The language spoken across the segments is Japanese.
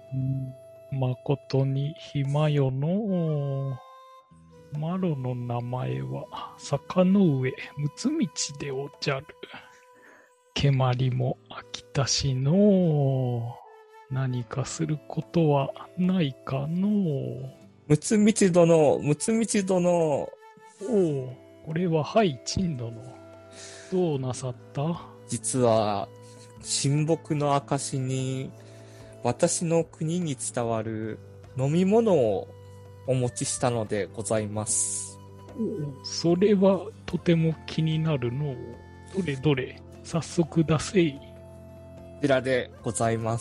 誠に暇よのう。マロの名前は坂の上むつみちでおじゃる。蹴鞠も飽きたしのう。何かすることはないかのう。 むつみち殿、むつみち殿。 おお、これははい珍殿。どうなさった？ 実は、親睦の証に、私の国に伝わる飲み物をお持ちしたのでございます。 おお、それはとても気になるのう。どれどれ、早速出せい。 こちらでございます。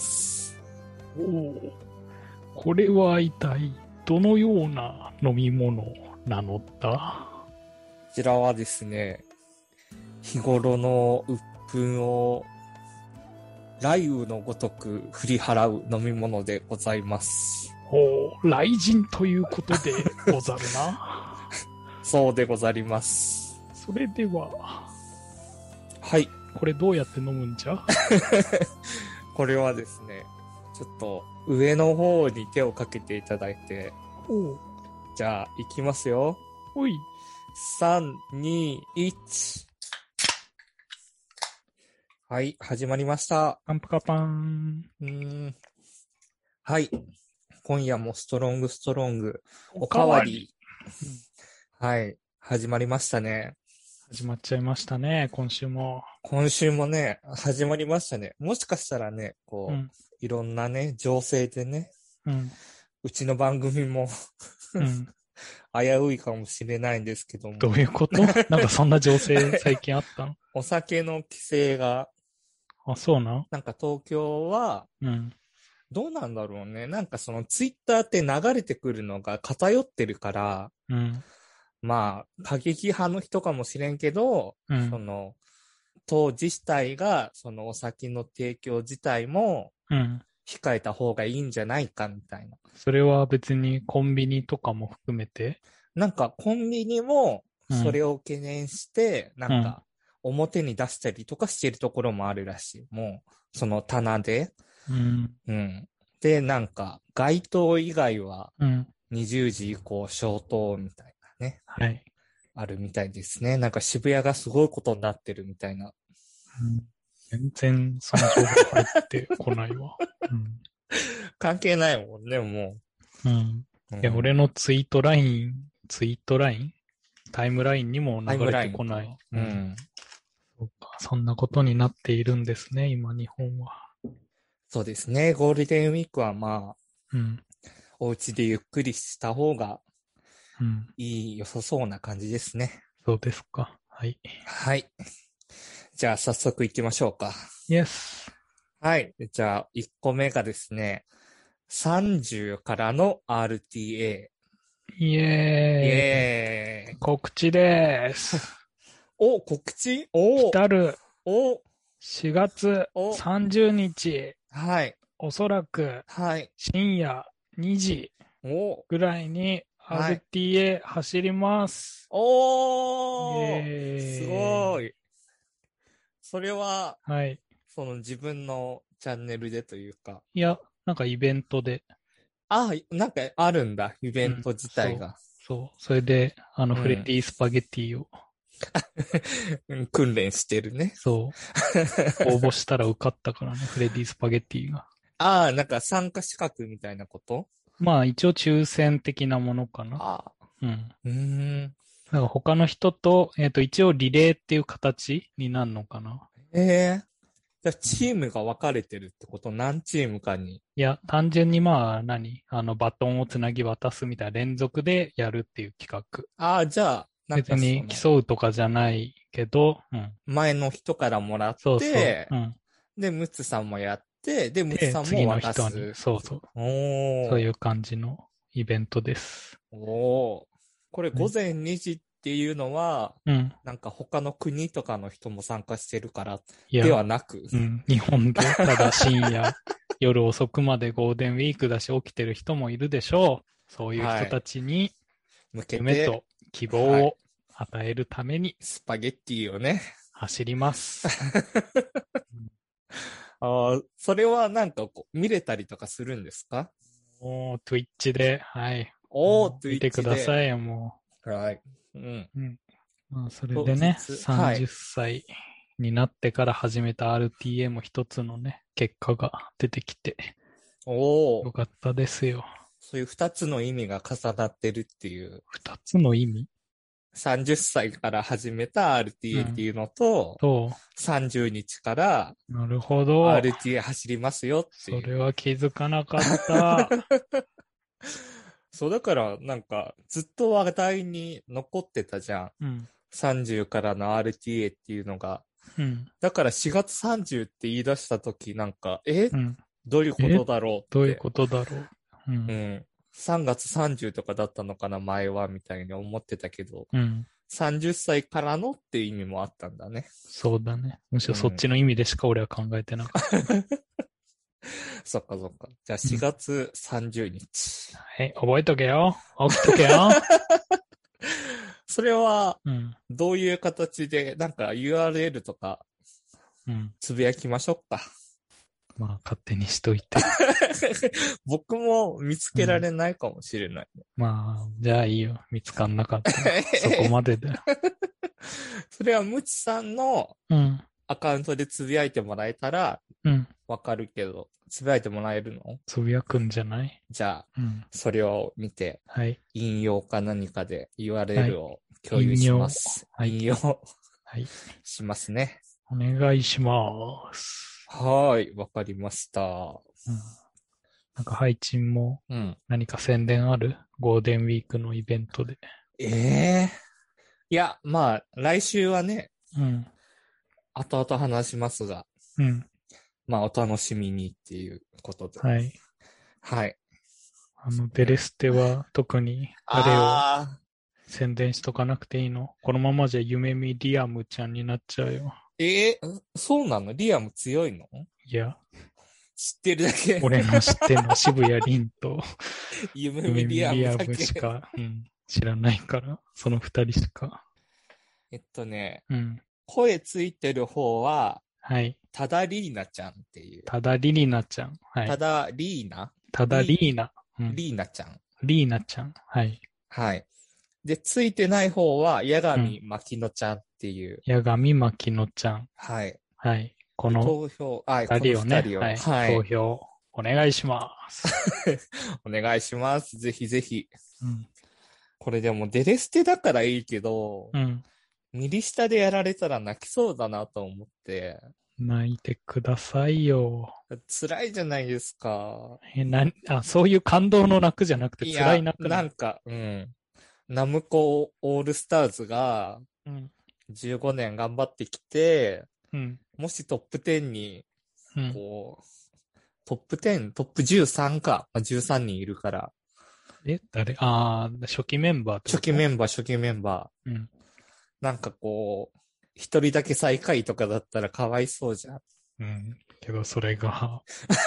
おお、これは一体どのような飲み物なのだ？ こちらはですね、日頃の鬱憤を雷雨のごとく振り払う飲み物でございます。 おお、雷神ということでござるな。 そうでござります。 それでは、 はい。 これどうやって飲むんじゃ？ これはですね、ちょっと上の方に手をかけていただいて、 おお、 じゃあ、いきますよ。 おい。 3、2、1。はい、始まりました。 パンプカパン。 はい。今夜もストロングストロング、おかわり。はい、始まりましたね。 始まっちゃいましたね、今週も。 今週もね、始まりましたね。もしかしたらね、こう、いろんなね、情勢でね、うちの番組も危ういかもしれないんですけども。 どういうこと？なんかそんな情勢最近あったの？ お酒の規制が。 あ、そうな？ なんか東京は、どうなんだろうね。なんかそのツイッターって流れてくるのが偏ってるから、まあ、過激派の人かもしれんけど、その、当自治体が、そのお酒の提供自体も、控えた方がいいんじゃないかみたいな。 それは別にコンビニとかも含めて？ なんかコンビニも、それを懸念して、なんか、表に出したりとかしてるところもあるらしい。もう、その棚で。で、なんか、街頭以外は、20時以降消灯みたいなね。 はい。 あるみたいですね。なんか渋谷がすごいことになってるみたいな。 全然その情報入ってこないわ。 関係ないもんね、もう。いや、俺のツイートラインタイムラインにも流れてこない。そうか、そんなことになっているんですね、今日本は。 そうですね。ゴールデンウィークはまあ、お家でゆっくりした方が良さそうな感じですね。 そうですか。はい。 はい。じゃあ早速行きましょうか。 Yes。 はい。じゃあ1個目がですね、30からの RTA。 イエーイ。告知です。 お、告知？ 来る4月30日。 はい。 おそらく、深夜2時ぐらいに RTA 走ります。 すごい。それは、その自分のチャンネルでというか。 いや、なんかイベントで。 なんかあるんだ、イベント自体が。 そう。それで、フレディスパゲティを。 訓練してるね。 そう。応募したら受かったからね、フレディスパゲティが。 なんか参加資格みたいなこと？ まあ一応抽選的なものかな。なんか他の人と、一応リレーっていう形になるのかな。 じゃあチームが分かれてるってこと？何チームかに。 いや、単純にまあバトンをつなぎ渡すみたいな連続でやるっていう企画。じゃあ、 別に競うとかじゃないけど、 前の人からもらって、で、ムツさんもやって、で、ムツさんも渡す。 次の人に。そう。そういう感じのイベントです。 これ午前2時っていうのは、なんか他の国とかの人も参加してるからではなく。 日本でただ深夜、夜遅くまでゴールデンウィークだし起きてる人もいるでしょう。そういう人たちに、夢と希望を与えるために、 スパゲッティをね、 走ります。 それはなんかこう、見れたりとかするんですか？ Twitch で、はい。見てく Twitch で。 ださいよ、もはい。うん。 う。うん。まあ、それでね、 当日、は 30 い。 歳になってから始めた RTA も一つのね、結果が出てきて、よかったですよ。 そういう二つの意味が重なってるっていう。 二つの意味 30歳から始めた RTA っていうのと、30日からなるほど。 RTA 走りますよっていう。 それは気づかなかった。 そうだからなんかずっと話題に残ってたじゃん。 うん、 30からの RTA っていうのが。 うん、 だから4月30って言い出した時なんか、 うん、 どういうことだろうって。 どういうことだろう。 うん。3月30とかだったのかな、前は、みたいに思ってたけど、 うん、 30歳からのっていう意味もあったんだね。 そうだね。むしろそっちの意味でしか俺は考えてなかった。 そっかそっか。じゃあ4月30日。 はい、覚えとけよ。起きとけよ。 それは、どういう形で、なんか URL とか、つぶやきましょうか。 まあ、勝手にしといて。 僕も見つけられないかもしれない、ねまあ、じゃあいいよ。見つかんなかったら。そこまでだよ。 それはムチさんのアカウントでつぶやいてもらえたら、わかるけど、つぶやいてもらえるの？ つぶやくんじゃない？ じゃあ、それを見て、 はい、 引用か何かで URL を共有します。引用、はい、しますね。 お願いします。 はい、わかりました。 なんか配信も何か宣伝ある？ゴールデンウィークのイベントで。 いや、まあ、来週はね、後々話しますが、まあ、お楽しみにっていうことで。 はい。 はい。 デレステは特に誰を宣伝しとかなくていいの？このままじゃ夢見リアムちゃんになっちゃうよ。 そうなの？リアム強いの？ いや。 知ってるだけ。 俺の知ってるの渋谷凛と夢見リアムしか、知らないから、その二人しか。 声ついてる方は、 はい。 ただリーナちゃんっていう。 ただリーナちゃん。はい。 ただリーナリーナ。 リーナちゃん。 リーナちゃん。はい。 はい。で、ついてない方は、八神牧野ちゃんっていう。 八神牧野ちゃん。 はい。 はい。この投票、 二人をね、 はい。 投票お願いします。 お願いします。ぜひぜひ。これでもデレステだからいいけど、右下でやられたら泣きそうだなと思って。 泣いてくださいよ。 辛いじゃないですか。 そういう感動の泣くじゃなくて辛い泣く。 なんか、ナムコオールスターズが、15年頑張ってきて、もしトップ10に、こう、トップ10、トップ13か。13人いるから。 誰？初期メンバーってこと？ 初期メンバー。なんかこう、一人だけ最下位とかだったらかわいそうじゃん。 けどそれが、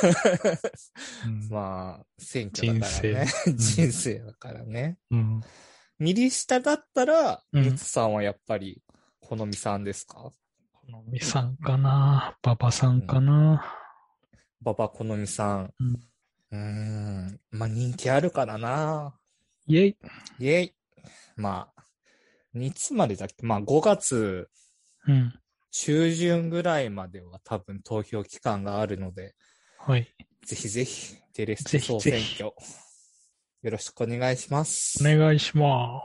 まあ、選挙だからね。人生だからね。右下だったら、ムツさんはやっぱり、好みさんですか？好みさんかな？馬場さんかな？ 馬場好みさん。まあ人気あるからな。 イェイ。 イェイ。まあ、いつまでだっけ？まあ5月、中旬ぐらいまでは多分投票期間があるので、 はい。 ぜひぜひ、デレステ総選挙、よろしくお願いします。 お願いします。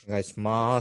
お願いします。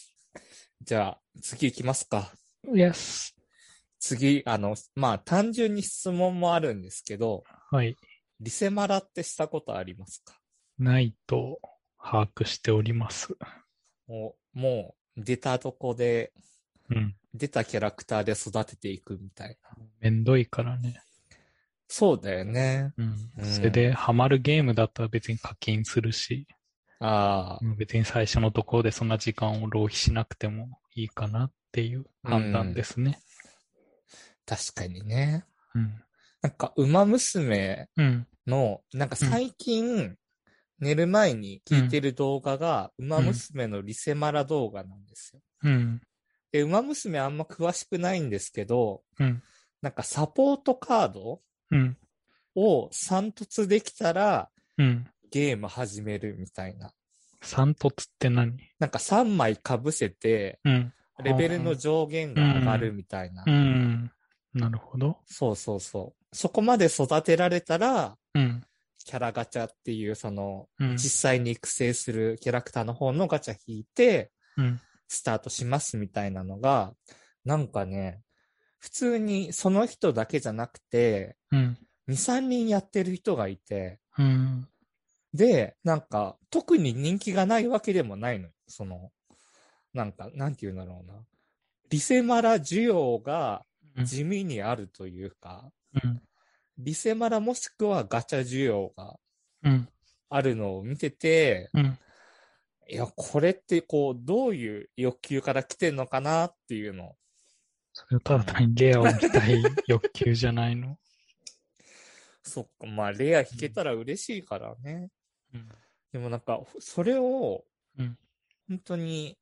じゃあ、次行きますか。 Yes。 次、まあ、単純に質問もあるんですけど、 はい。 リセマラってしたことありますか？ ないと把握しております。 もう、出たとこで、出たキャラクターで育てていくみたいな。 めんどいからね。 そうだよね。 それで、ハマるゲームだったら別に課金するし、別に最初のところでそんな時間を浪費しなくてもいいかなっていう判断ですね。 確かにね。なんか、ウマ娘の、なんか最近、寝る前に聞いてる動画が、ウマ娘のリセマラ動画なんですよ。で、ウマ娘あんま詳しくないんですけど、 なんかサポートカードを3凸できたら、ゲーム始めるみたいな。 3凸って何？ なんか3枚被せて、レベルの上限が上がるみたいな。 なるほど。 そうそうそう。そこまで育てられたら、キャラガチャっていう、その、実際に育成するキャラクターの方のガチャ引いて、スタートしますみたいなのが、なんかね、普通にその人だけじゃなくて、2、3人やってる人がいて、で、なんか、特に人気がないわけでもないの。その、なんか、なんて言うんだろうな。リセマラ需要が地味にあるというか、リセマラもしくはガチャ需要があるのを見てて、いや、これってこう、どういう欲求から来てんのかなっていうの。 それただ単にレアを見たい欲求じゃないの？ そっか、まあ、レア引けたら嬉しいからね。でもなんか、それを、本当に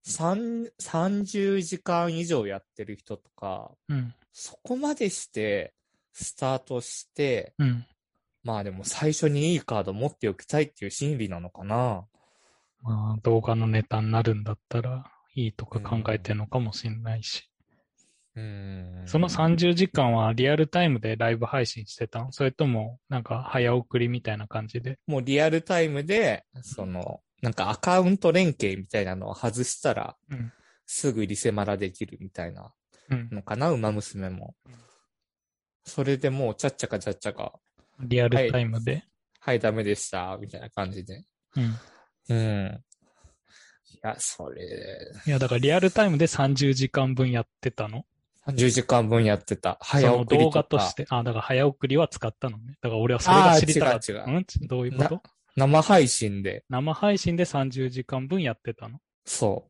30時間以上やってる人とか、そこまでして、スタートして、まあでも最初にいいカード持っておきたいっていう心理なのかな。 まあ動画のネタになるんだったらいいとか考えてるのかもしれないし。その30時間はリアルタイムでライブ配信してたの？それともなんか早送りみたいな感じで？ もうリアルタイムで、その、なんかアカウント連携みたいなのを外したら、すぐリセマラできるみたいなのかな、馬娘も。それでもうちゃっちゃかちゃっちゃか。 リアルタイムで。 はい、ダメでした、みたいな感じで。いや、それ。 いや、だからリアルタイムで30時間分やってたの ？30時間分やってた。早送りとか。 その動画として。だから早送りは使ったのね。だから俺はそれが知りたかった。 違う。 どういうこと？ 生配信で。 生配信で30時間分やってたの？ そう。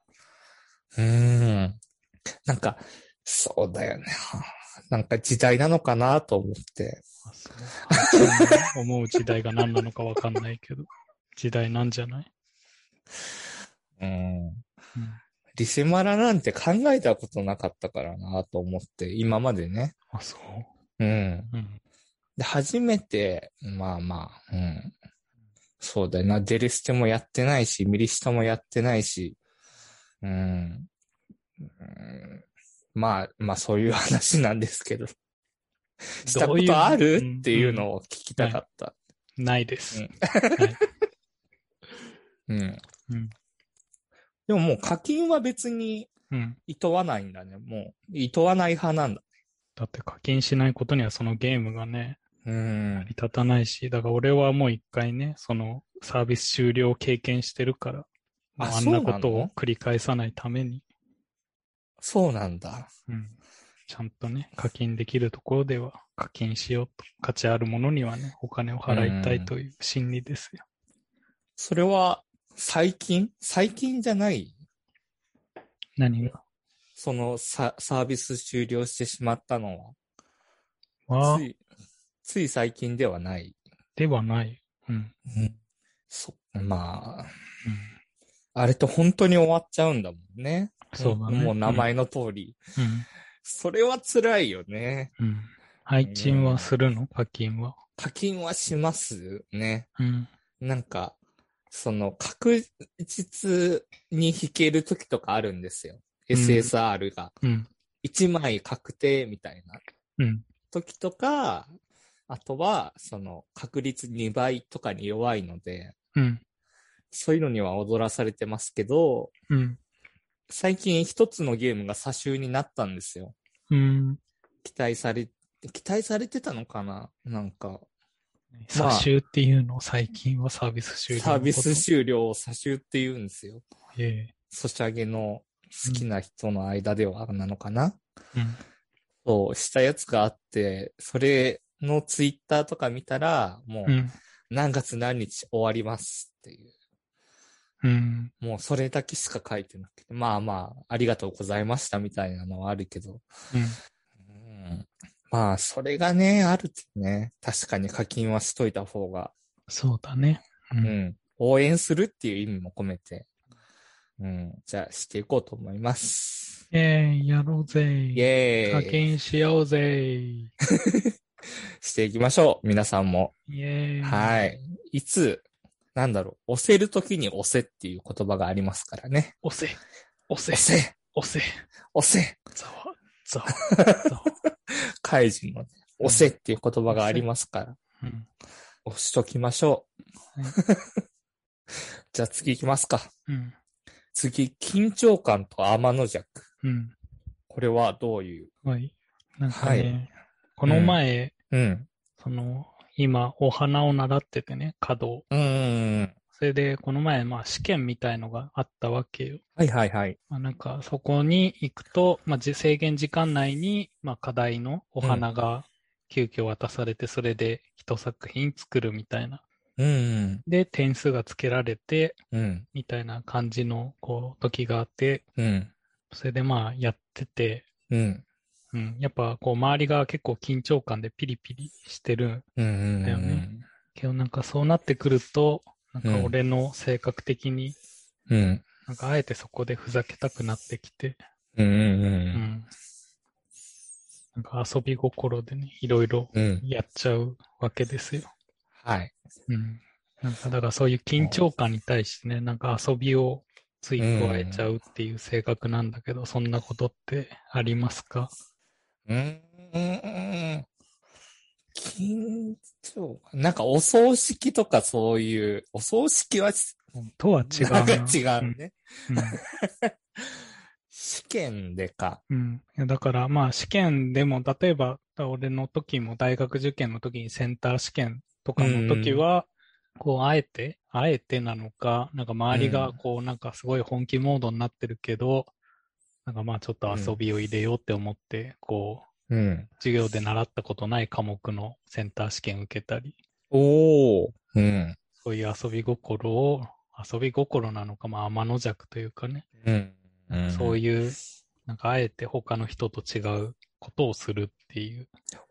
なんか、そうだよね。なんか時代なのかなと思って。 思う時代が何なのかわかんないけど。時代なんじゃない？ リセマラなんて考えたことなかったからなと思って、今までね。 そう。 で、初めて、そうだよな。デレステもやってないし、ミリスタもやってないし、まあそういう話なんですけど。したことあるっていうのを聞きたかった。 ないです。 でももう課金は別に、厭わないんだね。もう、厭わない派なんだね。 だって課金しないことにはそのゲームがね、成り立たないし、だから俺はもう一回ね、そのサービス終了を経験してるから、あんなことを繰り返さないために。 そうなんだ。 ちゃんとね、課金できるところでは課金しようと。価値あるものにはね、お金を払いたいという心理ですよ。 それは、最近じゃない？ 何が？ そのサービス終了してしまったのは、つい最近ではない。 ではない。 まあ、あれと本当に終わっちゃうんだもんね。 そうだね。 もう名前の通り。それは辛いよね。 配信はするの？課金は。 課金はしますね。なんか、その確実に引ける時とかあるんですよ。SSR が。1枚確定みたいな時とか、あとは、その確率2倍とかに弱いので、そういうのには踊らされてますけど、最近一つのゲームが差しになったんですよ。期待されてたのかな？なんか。 差しっていうのを最近はサービス終了。 サービス終了を差しって言うんですよ。ソシャゲの好きな人の間ではなのかな？そうしたやつがあって、それのツイッターとか見たら、もう何月何日終わりますっていう。もうそれだけしか書いてなくて、ありがとうございましたみたいなのはあるけど。まあ、それがね、あるってね。確かに課金はしといた方が。 そうだね。 応援するっていう意味も込めて。 うん。じゃあ、していこうと思います。 やろうぜ。 イェ課ーイ。 金しようぜ。 していきましょう。皆さんも。 イェーイ。 はい。いつ、押せるときに押せっていう言葉がありますからね。 押せ。押せ。 押せ。 押せ。 押せ。 ざわ。ざわ。ざわ。 カイジの、ね、押せっていう言葉がありますから。 うん、 押しときましょう。はい、じゃあ次行きますか。 うん、 次、緊張感と天の弱。 うん。 これはどういう？ はい。なんかね、 はい、 この前、 うん。 今、お花を習っててね、華道。それで、この前、試験みたいのがあったわけよ。 はいはいはい。 なんか、そこに行くと、制限時間内に、課題のお花が急遽渡されて、それで一作品作るみたいな。で、点数がつけられて、みたいな感じの、時があって、それでやってて、やっぱ、周りが結構緊張感でピリピリしてるんだよね。けどなんかそうなってくると、なんか俺の性格的に、なんかあえてそこでふざけたくなってきて、なんか遊び心でね、いろいろやっちゃうわけですよ。 はい。 なんかだからそういう緊張感に対してね、なんか遊びをつい加えちゃうっていう性格なんだけど、そんなことってありますか？ 緊張感。なんかお葬式とかそういう、お葬式は、 とは違うな。 なんか違うね。試験でか。 だから試験でも、例えば俺の時も大学受験の時にセンター試験とかの時は、あえてなのか、なんか周りがなんかすごい本気モードになってるけど、なんかちょっと遊びを入れようって思って、授業で習ったことない科目のセンター試験受けたり。そういう遊び心なのか、天の弱というかね。そういう、なんかあえて他の人と違うことをするっていう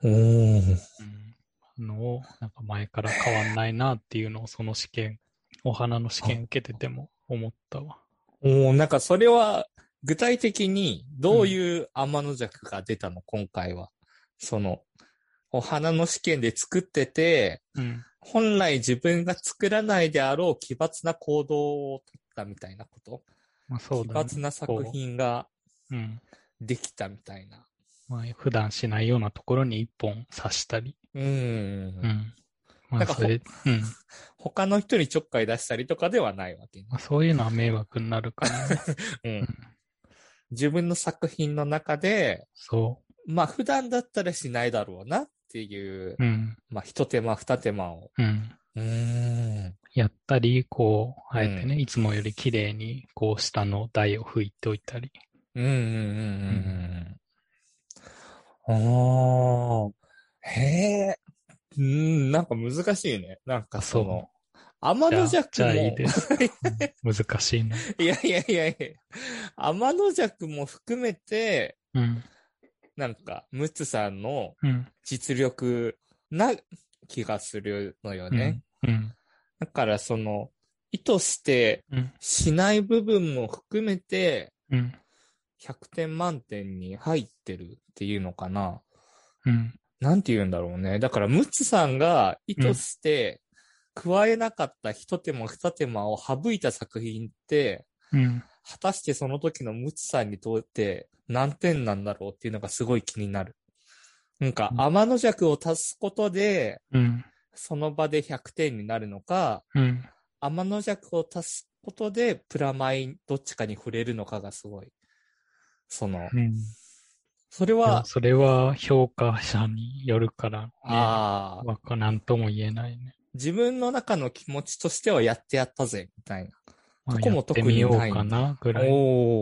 のを、なんか前から変わんないなっていうのをその試験、お花の試験受けてても思ったわ。 なんかそれは具体的にどういう天の弱が出たの、今回は。お花の試験で作ってて、本来自分が作らないであろう奇抜な行動を取ったみたいなこと。そうだね、奇抜な作品ができたみたいな。 普段しないようなところに一本刺したり。 なんか他の人にちょっかい出したりとかではないわけね。 そういうのは迷惑になるからね。 自分の作品の中で、普段だったらしないだろうなっていう、一手間二手間を。 やったり、あえてね、いつもより綺麗に、下の台を拭いておいたり。 へえ。なんか難しいね。なんか天の弱も。 じゃあいいです。難しいの。 いや。天の弱も含めて、なんか、ムツさんの実力な気がするのよね。だから意図してしない部分も含めて、100点満点に入ってるっていうのかな。なんて言うんだろうね。だから、ムツさんが意図して加えなかった一手間二手間を省いた作品って、果たしてその時のムツさんにとって何点なんだろうっていうのがすごい気になる。なんか、天の弱を足すことで、その場で100点になるのか、天の弱を足すことでプラマイどっちかに触れるのかがすごい。それは評価者によるからね。なんとも言えないね。 自分の中の気持ちとしてはやってやったぜ、みたいな。ここも特にないんだ。やってみようかな、ぐらい。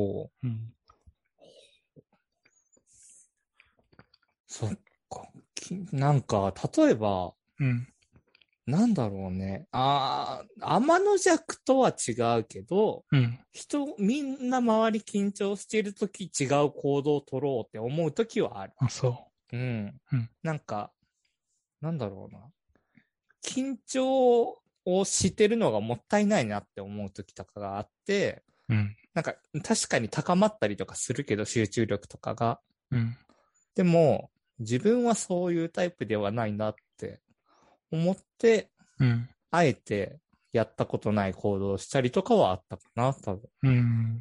そっか。なんか、例えば、なんだろうね。天の弱とは違うけど、みんな周り緊張しているとき違う行動を取ろうって思うときはある。なんか、なんだろうな。緊張をしてるのがもったいないなって思うときとかがあって、 なんか確かに高まったりとかするけど、集中力とかが。 うん。 でも、自分はそういうタイプではないなって思って、 うん。 あえてやったことない行動をしたりとかはあったかな、多分。 うん。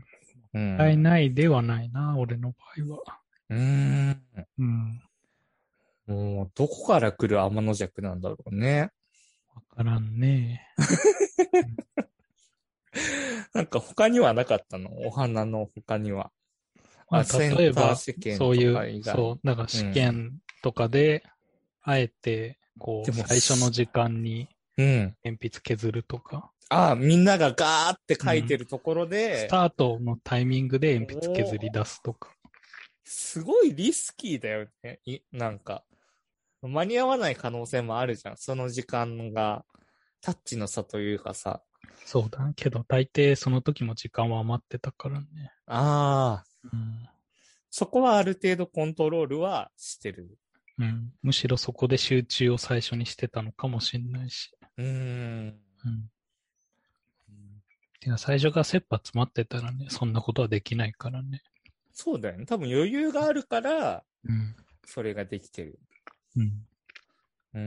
うん。 ないではないな、俺の場合は。 うーん。 うん。 もう、どこから来る天の弱なんだろうね。 わからんね。うん、 なんか他にはなかったの？お花の他には。 まセあ、 ンター例えば、 試験とそういう、 か以外。 そう、だから試うん。 験とかで、あえて、こう、 でも、 最初の時間にうん。 鉛筆削るとか、 ああ、みんながガーって書いてうん。 るところで、 スタートのタイミングで鉛筆削りおー、 出すとか。 すごいリスキーだよね。なんか、間に合わない可能性もあるじゃん。その時間が、タッチの差というかさ。 そうだけど、大抵その時も時間は余ってたからね。 ああ、 うん。 そこはある程度コントロールはしてる。 うん。むしろそこで集中を最初にしてたのかもしれないし。 うーん。 うん。いや、最初が切羽詰まってたらね、そんなことはできないからね。 そうだよね。多分余裕があるから、 うん。 それができてる。 うん。 うん。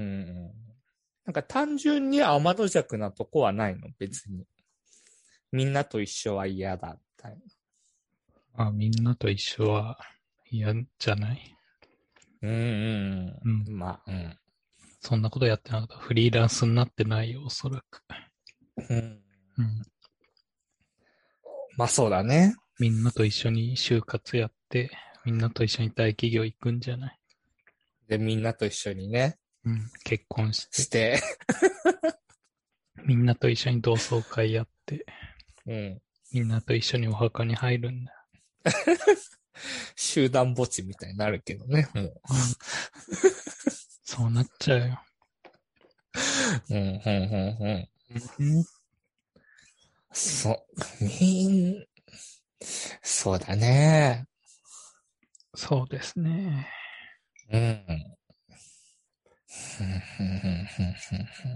なんか単純に天の弱なとこはないの、別に。みんなと一緒は嫌だ、みたいな。 まあ、みんなと一緒は嫌じゃない。 うん、 うん。 まあ、うん。 そんなことやってなかったらフリーランスになってないよ、おそらく。 うん。 うん。 まあそうだね。 みんなと一緒に就活やって、みんなと一緒に大企業行くんじゃない？ で、みんなと一緒にね、 うん。結婚して、 して、 みんなと一緒に同窓会やって、 うん。 みんなと一緒にお墓に入るんだ。 集団墓地みたいになるけどね、もう。 うん。そうなっちゃうよ。 うん、うん、うん、うん。 うん。 そう、そうだね。 そうですね。 うん。うん。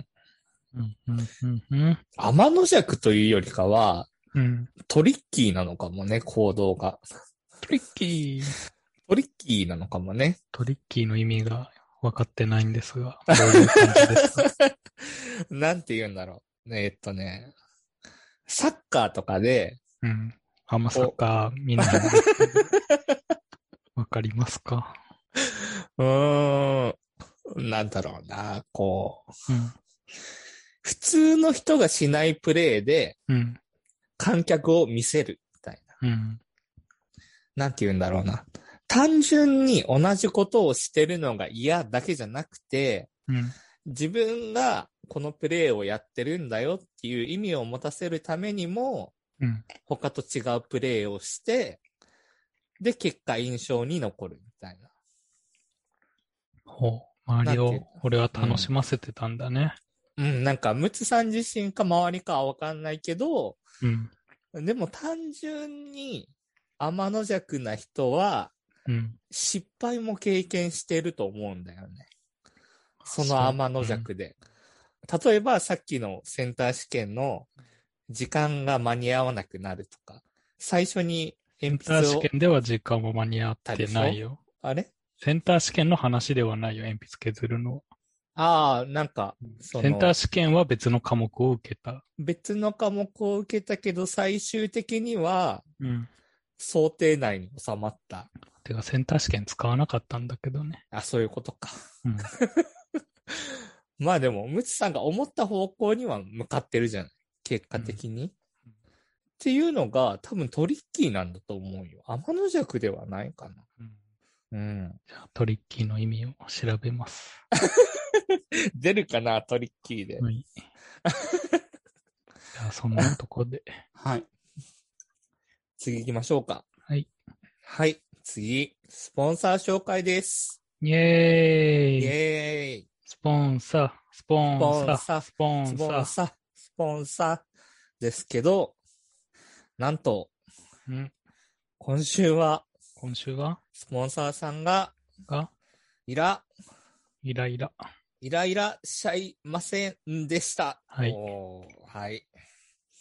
うん、うん、うん、うん。 天の弱というよりかは、 うん。 トリッキーなのかもね、行動が。 トリッキー。 トリッキーなのかもね。 トリッキーの意味が分かってないんですが、どういう感じですか？ なんて言うんだろう。サッカーとかで、 うん。あんまサッこカー見ないんですけど、わかりますか？ う、なんだろうな、 うん。 普通の人がしないプレーでうん。 観客を見せるみたいな。 うん。 なんて言うんだろうな。単純に同じことをしてるのが嫌だけじゃなくて、 うん。 自分がこのプレーをやってるんだよっていう意味を持たせるためにも、 うん。 他と違うプレーをして、で、結果印象に残るみたいな。 ほう。周りをなんていう、 俺はうん。 楽しませてたんだね。 うん、なんか、ムツさん自身か周りかはわかんないけど、 うん。 でも単純に天の弱な人はうん。 失敗も経験してると思うんだよね。そのそう。 天のうん。 弱で。例えばさっきのセンター試験の時間が間に合わなくなるとか、最初にセンター鉛筆を試験では時間も間に合ってたでしょ？ ないよ。 あれ？ センター試験の話ではないよ、鉛筆削るのは。 ああ、なんか、 センター試験は別の科目を受けた。 別の科目を受けたけど、最終的にはうん。 想定内に収まった。 てか、センター試験使わなかったんだけどね。 あ、そういうことか。 うん。 まあでも、ムツさんが思った方向には向かってるじゃない。結果的に。っていうのが多分トリッキーなんだと思うよ。天の弱ではないかな。 うん。 うん。 じゃあ、トリッキーの意味を調べます。 出るかな、トリッキーで。 はい。じゃあ、そんなとこで。 はい。次行きましょうか。 はい。 はい。次、スポンサー紹介です。 イェーイイ。 ェーイ。 スポンサー、スポスンサー、 ポンサー、 スポスンサポンサー、スポンサーですけど、なんと、 ー。ん今週は、 今週はスポンサーさんが、 が、 イライラ。 イラしちゃいませんでした。 はい。 はい。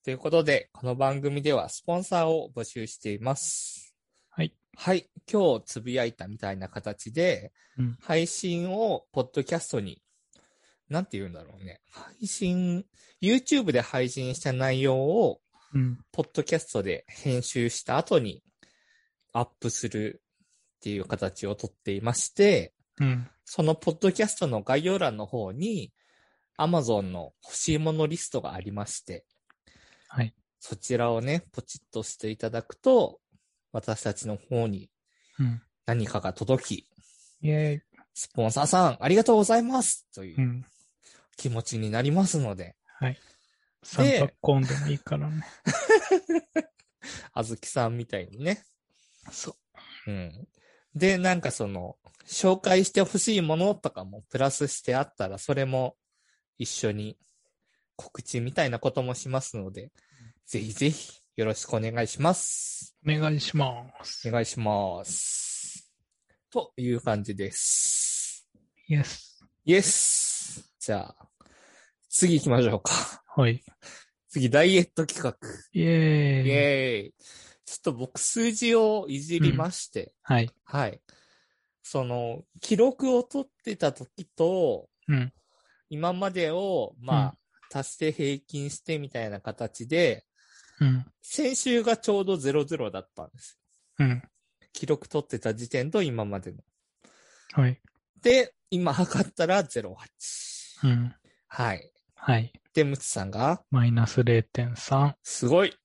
ということで、この番組ではスポンサーを募集しています。 はい。 はい。今日つぶやいたみたいな形で、配信をポッドキャストに、なんて言うんだろうね。YouTube で配信した内容を、ポッドキャストで編集した後にアップするっていう形をとっていまして、そのポッドキャストの概要欄の方に、Amazon の欲しいものリストがありまして、 はい。 そちらをね、ポチッとしていただくと、私たちの方に何かが届き、 イェーイ。 スポンサーさんありがとうございますという気持ちになりますので。 はい。三角コーンでもいいからね。 あずきさんみたいにね。 そう。 で、なんか紹介してほしいものとかもプラスしてあったら、それも一緒に告知みたいなこともしますので、ぜひぜひよろしくお願いします。 お願いします。 お願いします。という感じです。 イエス。 イエス。じゃあ、次行きましょうか。 はい。 次、ダイエット企画。 イェーイ。 イェーイ。ちょっと僕数字をいじりまして。 はい。 はい。記録を取ってた時と、今までを、足して平均してみたいな形で、先週がちょうど00だったんですよ。記録取ってた時点と今までの。 はい。 で、今測ったら08。はい。 はい。 で、ムツさんがマイナス 0.3。 すごい。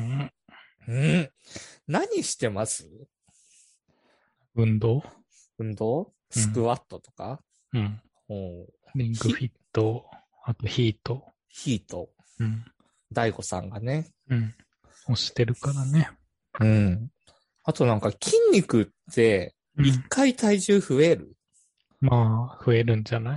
何してます？ 運動スクワットとかリングフィット、あとヒート。 大悟さんがね。 押してるからね。 あとなんか筋肉って、一回体重増える？ まあ、増えるんじゃない？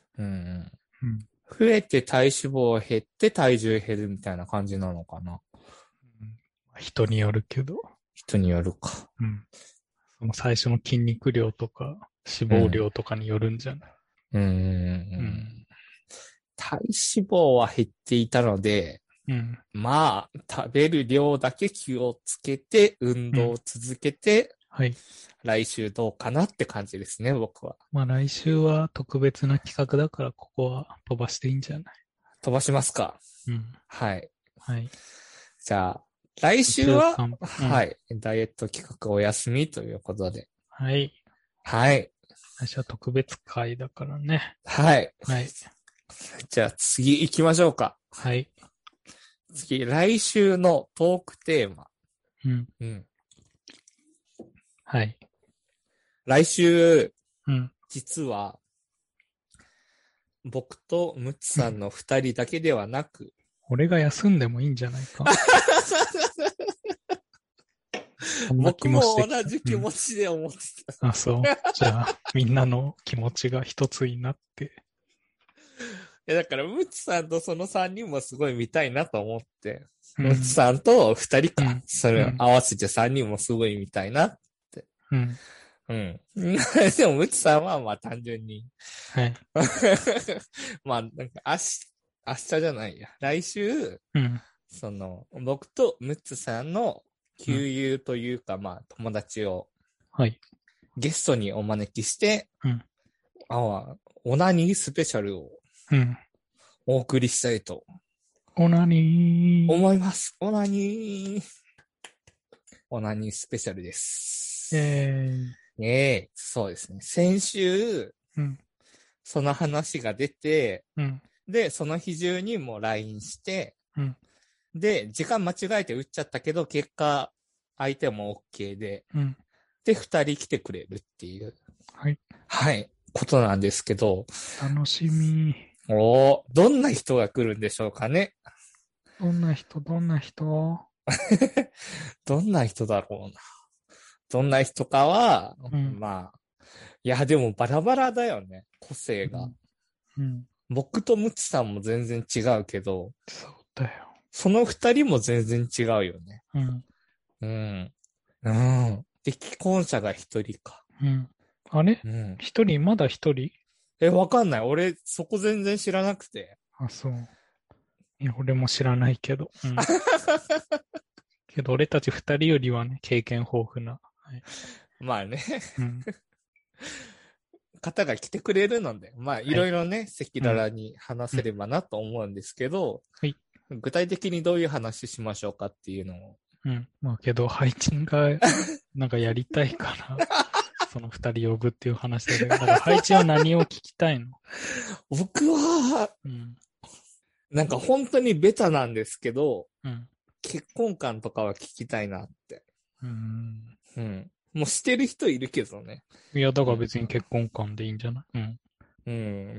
増えて体脂肪減って体重減るみたいな感じなのかな。 人によるけど。 人によるか。 その最初の筋肉量とか脂肪量とかによるんじゃない？ 体脂肪は減っていたので、まあ、食べる量だけ気をつけて、運動を続けて、来週どうかなって感じですね、僕は。 まあ来週は特別な企画だから、ここは飛ばしていいんじゃない？ 飛ばしますか。はい。 はい。 じゃあ、来週は、はい。ダイエット企画お休みということで。 はい。 はい。 来週は特別会だからね。 はい。 はい。 じゃあ次行きましょうか。 はい。 次、来週のトークテーマ。 はい。 来週、実は、僕とムツさんの二人だけではなく、 俺が休んでもいいんじゃないか。 僕も同じ気持ちで思ってた。あ、そう。じゃあ、みんなの気持ちが一つになって。 だから、ムツさんとその三人もすごい見たいなと思って、ムツさんと二人か、それ合わせて三人もすごい見たいなって。でも、ムツさんはまあ単純に。 はい。 まあ、なんか明日じゃないや。来週、僕とムツさんの旧友というか、まあ、友達を、ゲストにお招きして、オナニースペシャルを、お送りしたいと。 オナニー。 思います。オナニースペシャルです。そうですね。先週、その話が出て、で、その日中にも LINE して、で、時間間違えて打っちゃったけど、結果、相手も OK で、で、二人来てくれるっていう。はい。ことなんですけど。 楽しみ。 どんな人が来るんでしょうかね。 どんな人どんな人だろうな。どんな人かは、まあ、いや、でもバラバラだよね。個性が。僕とムツさんも全然違うけど。 そうだよ。 その二人も全然違うよね。で、既婚者が一人か。 あれ？一人、まだ一人？ わかんない。俺、そこ全然知らなくて。 あ、そう。 俺も知らないけど。うん、けど俺たち二人よりはね、経験豊富な。はい、 まあね。 うん、 方が来てくれるので、まあいろいろね、赤裸々に話せればなと思うんですけど、 はい、 具体的にどういう話しましょうかっていうのを。 うん。まあけど、配置がなんかやりたいから、その二人呼ぶっていう話だけど、だから配置は何を聞きたいの？ 僕は、 うん、 なんか本当にベタなんですけど、 うん、 結婚観とかは聞きたいなって。 うん。 うん。もうしてる人いるけどね。 いや、だから別に結婚観でいいんじゃない？うん。 うん。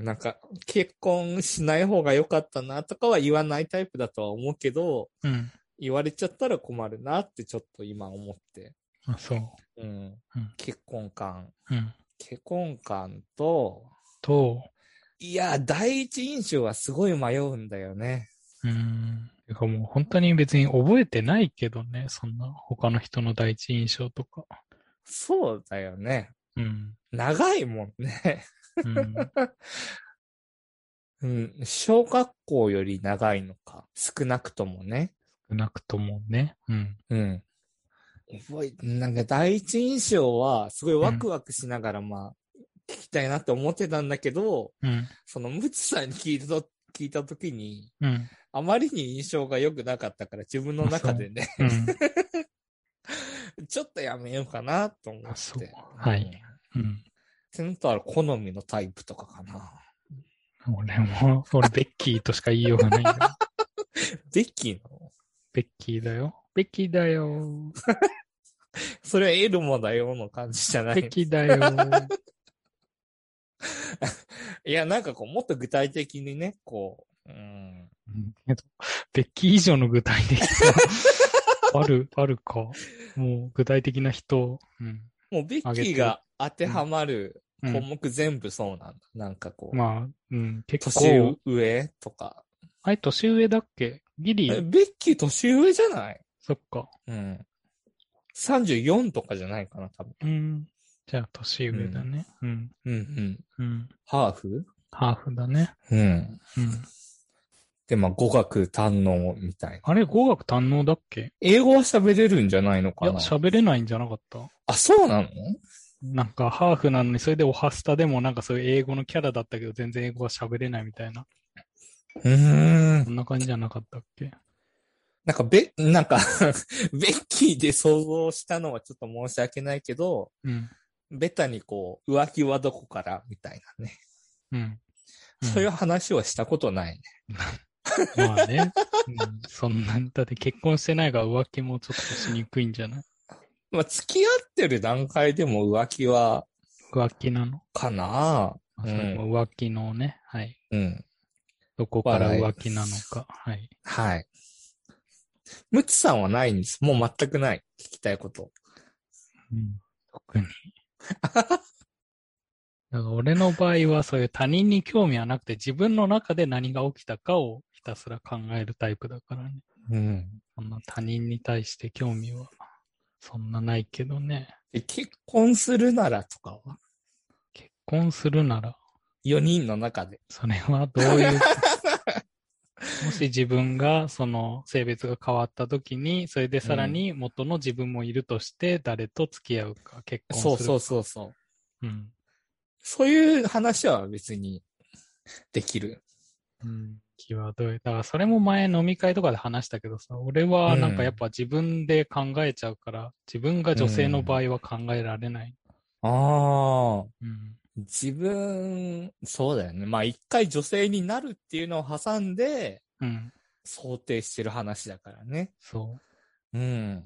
なんか、結婚しない方が良かったなとかは言わないタイプだとは思うけど、 うん。 言われちゃったら困るなってちょっと今思って。 あ、そう。 うん。 うん。 結婚観。 うん。 結婚観と、 と、 いや、第一印象はすごい迷うんだよね。 てかもう本当に別に覚えてないけどね、そんな他の人の第一印象とか。 そうだよね。 うん。 長いもんね。 うん。 うん。小学校より長いのか。少なくともね。 少なくともね。うん。 うん。なんか第一印象はすごいうん。 ワクワクしながらまあ聞きたいなって思ってたんだけど、 うん。 そのムツさんに聞いた時に、 うん。 あまりに印象が良くなかったから自分のあ、そう。 中でねうん。 ちょっとやめようかなと思あ、 っそう。 て。うはい。 ん。 うん。 センター好みのタイプとかかな。 俺、ベッキーとしか言いようがないんだよ。 ベッキーのベッキーだよ。ベッキーだよ。 それはエルモだよの感じじゃない。 ベッキーだよ。 いや、なんかこう、もっと具体的にね、こう、 ベッキー以上の具体的さあるか。もう具体的な人、うん、 もうベッあげて。 キーが当てはまるうん。 項目全部そうなんだ。なんかこう、 まあ、うん、結構、 年上とか。 あれ、年上だっけ？ギリ、 ベッキー年上じゃない？ そっか。 うん。34とかじゃないかな、多分。 うん。じゃあ、年うん。 上だね。うん。 うんうん。 うん。 ハーフ。 ハーフだね。 うん。 うん。 で、まあ、語学堪能みたいな。 あれ、語学堪能だっけ？ 英語は喋れるんじゃないのいや、 かな？ 喋れないんじゃなかった？ あ、そうなの？ なんか、ハーフなのに、それでオハスタでもなんかそういう英語のキャラだったけど、全然英語は喋れないみたいな。 うーん。 そんな感じじゃなかったっけ？ なんかベッキーで想像したのはちょっと申し訳ないけど、 うん。 ベタにこう、浮気はどこからみたいなね。 うん。うそういうん。 話はしたことないね。 まあね。うん、そんな、だって結婚してないから浮気もちょっとしにくいんじゃない？ まあ、付き合ってる段階でも浮気は、 浮気なの？ かな？ まあ、それうん。 も浮気のね、はい。 うん。 どこから笑い。 浮気なのか、はい。 はい。ムツさんはないんです。もう全くない。聞きたいこと。 うん、特に。だから俺の場合はそういう他人に興味はなくて自分の中で何が起きたかをひたすら考えるタイプだからね。 うん。 そんな他人に対して興味はそんなないけどね。 結婚するならとかは？ 結婚するなら、 4人の中で。 それはどういう、もし自分がその性別が変わった時に、それでさらうん。 に元の自分もいるとして誰と付き合うか、結婚するか。 そうそうそうそう。 うん。 そういう話は別にできる。 うん。際どい。だからそれも前飲み会とかで話したけどさ、俺はなんかやっうん。 ぱ自分で考えちゃうから、自分がう女性の場ん。 合は考えられない。 ああ。 うん。 そうだよね。まあ一回女性になるっていうのを挟んで、 うん。 想定してる話だからね。 そう。 うん。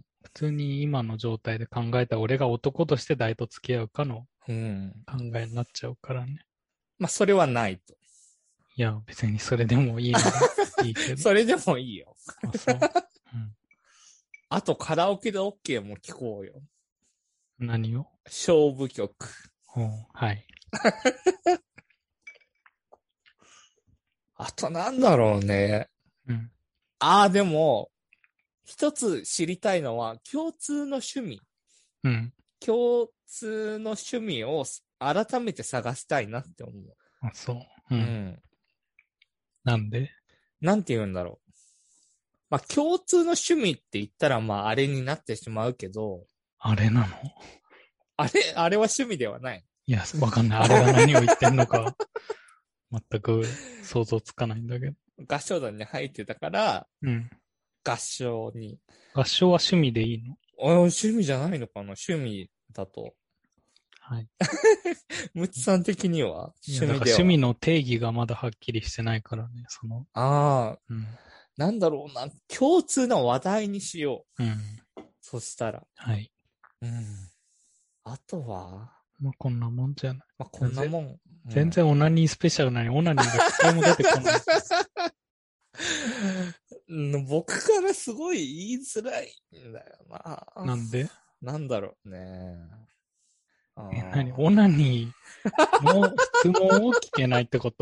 普通に今の状態で考えたら俺が男として誰と付き合うかのうん。 考えになっちゃうからね。 まあそれはないと。 いや、別にそれでもいいならいいけど。 それでもいいよ。 あ、そう。うん。 あとカラオケで OK も聞こうよ。 何を？ 勝負曲。 はい。 あとなんだろうね。 うん。 でも、一つ知りたいのは、共通の趣味。 うん。 共通の趣味を改めて探したいなって思う。 あ、そう。うん。 うん。 なんで？ なんて言うんだろう。 まあ共通の趣味って言ったらまああれになってしまうけど。 あれなの？ あれは趣味ではない。 いや、わかんない。あれが何を言ってんのか、全く想像つかないんだけど。 合唱団に入ってたから、 うん。 合唱に。 合唱は趣味でいいの？ 趣味じゃないのかな？趣味だと。 はい。 むつさん的にはいや、だから趣味では。 趣味の定義がまだはっきりしてないからね、 ああ、 うん。 なんだろうな。共通な話題にしよう。 うん。 そしたら。 はい。 うん。あとは、 まあ、こんなもんじゃない。 まあ、こんなもん。 全然オナニースペシャルなのに、オナニーが一回も出てこない。 僕からすごい言いづらいんだよな。 なんで？ なんだろうね。 何？オナニーの質問を聞けないってこと？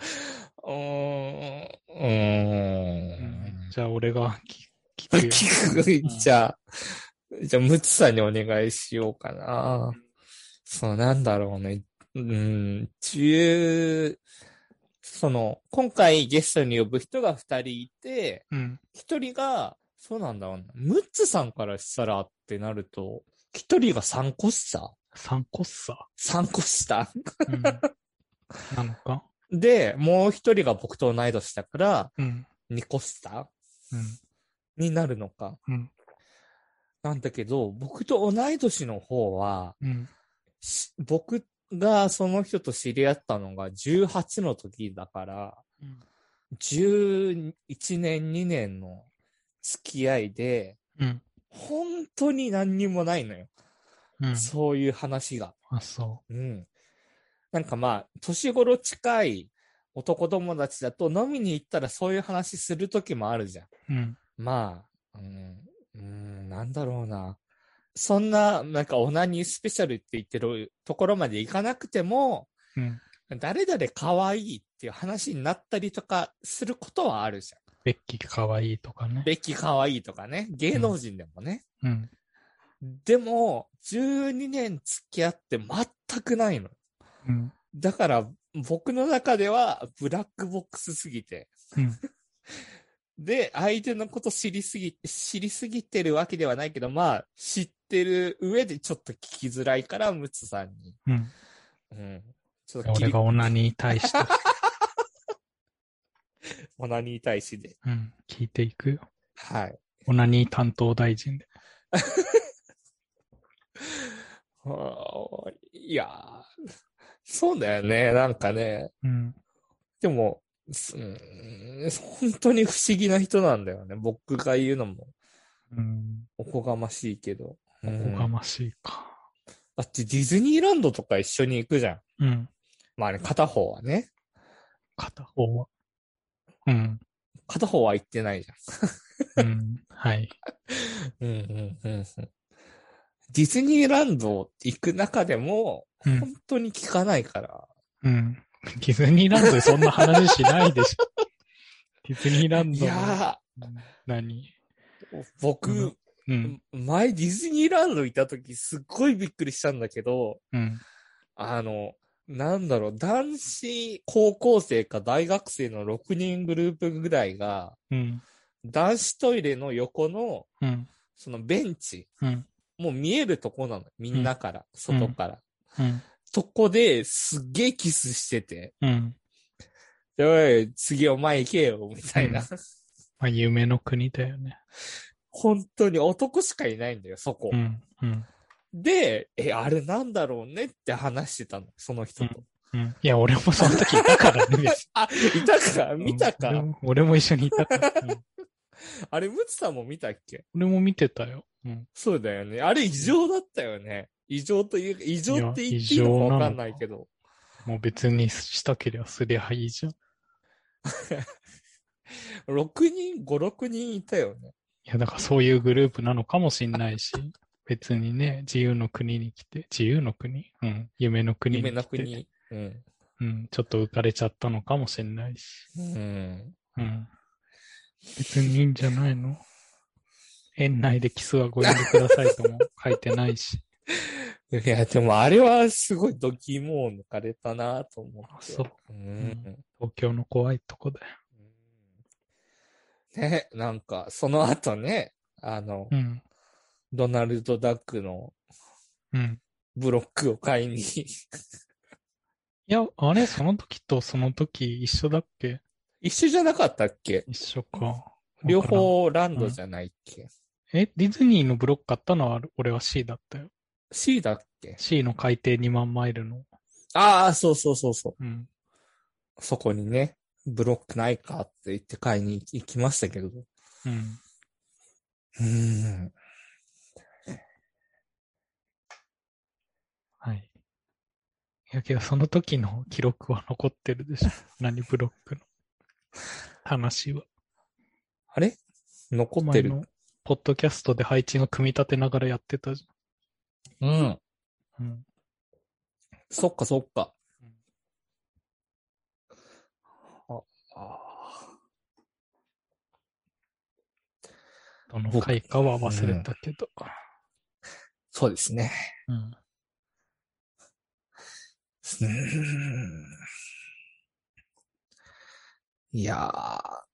じゃあ、俺が聞くよ。 じゃあ、ムツさんにお願いしようかな。そう、なんだろうね。今回ゲストに呼ぶ人が2人いて、1人が、そうなんだろうな。ムツさんからしたらってなると、1人が3個下 ?3 個下 ?3 個下なのか？ で、もう1人が僕と同い年だから、2個下になるのか。なんだけど、僕と同い年の方は、僕がその人と知り合ったのが18の時だから、11年、2年の付き合いで、本当に何にもないのよ。そういう話が。 あ、そう。 なんかまあ、年頃近い男友達だと飲みに行ったらそういう話する時もあるじゃん。まあ、なんだろうな。そんな、なんかオナニースペシャルって言ってるところまで行かなくても、誰々可愛いっていう話になったりとかすることはあるじゃん。 ベッキー可愛いとかね。 ベッキー可愛いとかね。芸能人でもね。でも、12年付き合って全くないの。だから、僕の中ではブラックボックスすぎて。で、相手のこと知りすぎてるわけではないけど、まあ、知ってる上でちょっと聞きづらいから、ムツさんに。 ちょっと俺がオナニー大使として。 オナニー大使で。 聞いていくよ。 はい。 オナニー担当大臣で。 いやー、そうだよね、なんかね。でも、本当に不思議な人なんだよね。僕が言うのも。おこがましいけど。 おこがましいか。 だってディズニーランドとか一緒に行くじゃん。まあね、片方はね。 片方は。 片方は行ってないじゃん。はい。 ディズニーランド行く中でも、本当に聞かないから。 ディズニーランドでそんな話しないでしょ。ディズニーランドの。いや何？ 僕、前ディズニーランド行った時すっごいびっくりしたんだけど、なんだろう、男子高校生か大学生の6人グループぐらいが、男子トイレの横の、そのベンチ、もう見えるとこなの。みんなから、外から。そこですっげえキスしてて、おい、次お前行けよ、みたいな。 まあ、夢の国だよね。 本当に男しかいないんだよ、そこ。で、あれなんだろうねって話してたの、その人と。 いや、俺もその時いたからね。 あ、いたか見たか、 俺も一緒にいたから。 あれ、ムツさんも見たっけ？ 俺も見てたよ。 そうだよね。あれ異常だったよね。異常って言っていいのかわかんないけど。 もう別にしたけりゃすりゃいいじゃん。 6人、5、6人いたよね。 いや、だからそういうグループなのかもしんないし、別にね、自由の国に来て、自由の国？夢の国に来て。夢の国。ちょっと浮かれちゃったのかもしんないし。別にいいんじゃないの？園内でキスはご遠慮くださいとも書いてないし。 いや、でもあれはすごいドキモを抜かれたなと思って。 そう。東京の怖いとこだよ。 ね、なんか、その後ね、 うん。 ドナルド・ダックのうん。 ブロックを買いにいや、あれ、その時とその時一緒だっけ？ 一緒じゃなかったっけ？ 一緒か。わ両からん。 方ランうん。 ドじゃないっけ？ ディズニーのブロック買ったのは俺は C だったよ。 C だっけ？ C の海底2万マイルの。 ああ、そうそうそうそう。 うん。 そこにね、ブロックないかって言って買いに行きましたけど。 うん。 うーん。 はい。いやけど、その時の記録は残ってるでしょ。何ブロックの話は。 あれ残ってる。 前のポッドキャストで配置が組み立てながらやってたじうん。 ゃん。うん。 そっかそっか。ああどの回かは忘れたけど。 そうですね。 うん。 うーん。いやー。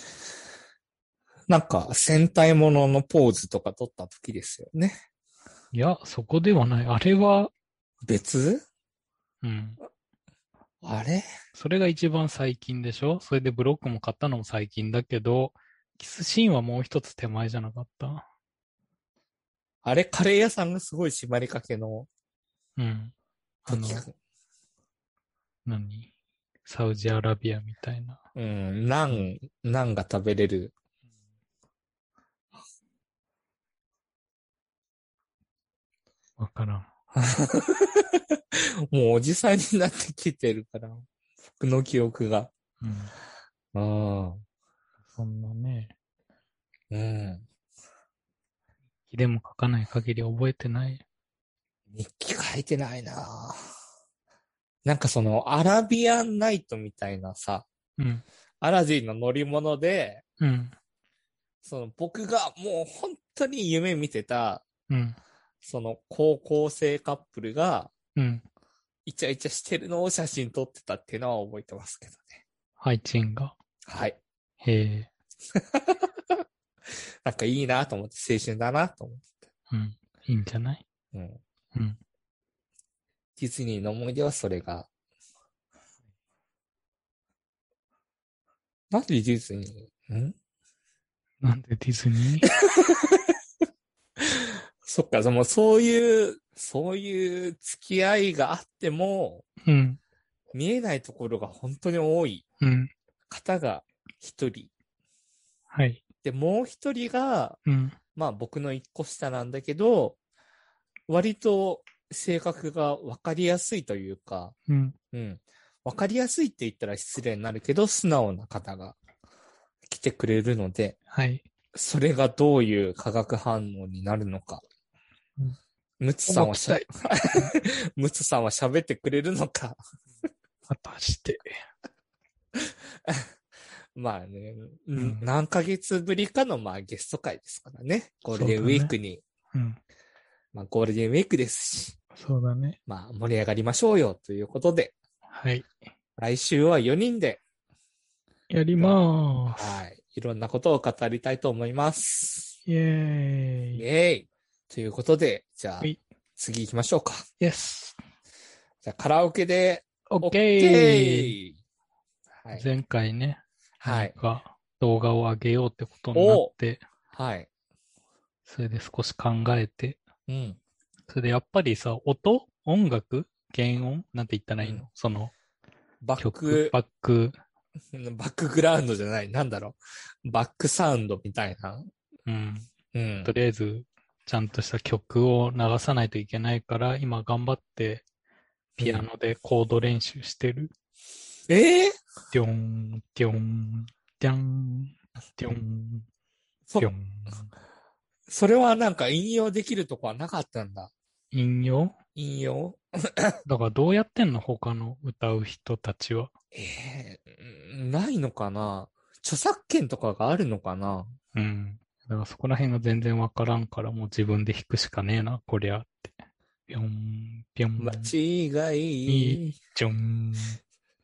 なんか、戦隊もののポーズとか撮った時ですよね。 いや、そこではない。あれは、 別？ うん。 あれそれが一番最近でしょ？それでブロックも買ったのも最近だけど、キスシーンはもう一つ手前じゃなかった？ あれカレー屋さんがすごい縛りかけのうん。 時か。 何サウジアラビアみたいな。 うん、ナンが食べれる。 わからん。 もうおじさんになってきてるから、僕の記憶が。 うん。 ああ、 そんなね。 うん。 日でも書かない限り覚えてない。 日記書いてないな。なんかそのアラビアンナイトみたいなさ、 うん。 アラジンの乗り物で、 うん。 その僕がもう本当に夢見てた、 うん。 その高校生カップルがうん。 イチャイチャしてるのを写真撮ってたっていうのは覚えてますけどね。 ハイチンが。 はい。 へえ。 なんかいいなと思って、青春だなと思って。 うん。いいんじゃない？ うん。 うん。 ディズニーの思い出はそれが。なんでディズニーなんでディズニー？ そっか、そういう付き合いがあっても、 うん。 見えないところが本当に多いうん。 方が一人。 はい。 で、もう一人が、 うん。 まあ僕の一個下なんだけど、割と性格がわかりやすいというか、 うん。 うん。わかりやすいって言ったら失礼になるけど、素直な方が来てくれるので、 はい。 それがどういう化学反応になるのか。 うん。 ムツさんは重きたい。 ムツさんは喋ってくれるのか。 果たして。 まあね、 うん。 何ヶ月ぶりかのまあゲスト会ですからね。ゴールデンウそうだね。 ィークに。 うん。 まあゴールデンウィークですし。 そうだね。 まあ盛り上がりましょうよということで。 はい。 来週は4人で。 やりまーす。 はい。いろんなことを語りたいと思います。 イェーイ。 イェーイ。ということで、じゃあ、 はい。 次行きましょうか。 Yes。 じゃあ、カラオケで、 OK。 OK! はい。 前回ね、 はい。 何か動画を上げようってことになっおて、 はい。 それで少し考えて、 うん。 それでやっぱりさ、音楽原音なんて言ったらいいの、そのバッ曲、 ク、 バック、 バックグラウンドじゃない。なんだろう。バックサウンドみたいな。 うん。 うん。 とりあえず、ちゃんとした曲を流さないといけないから、今頑張ってピアノでコード練習してる。 えーデョン、デョン、デャン、デョン、デョン。 それはなんか引用できるとこはなかったんだ。 引用引用だからどうやってんの他の歌う人たちは。 ないのかな？著作権とかがあるのかな？ うん。だからそこら辺が全然わからんから、もう自分で弾くしかねえな、こりゃって。ぴょん、ぴょん、 間違み、 い。 ちょん。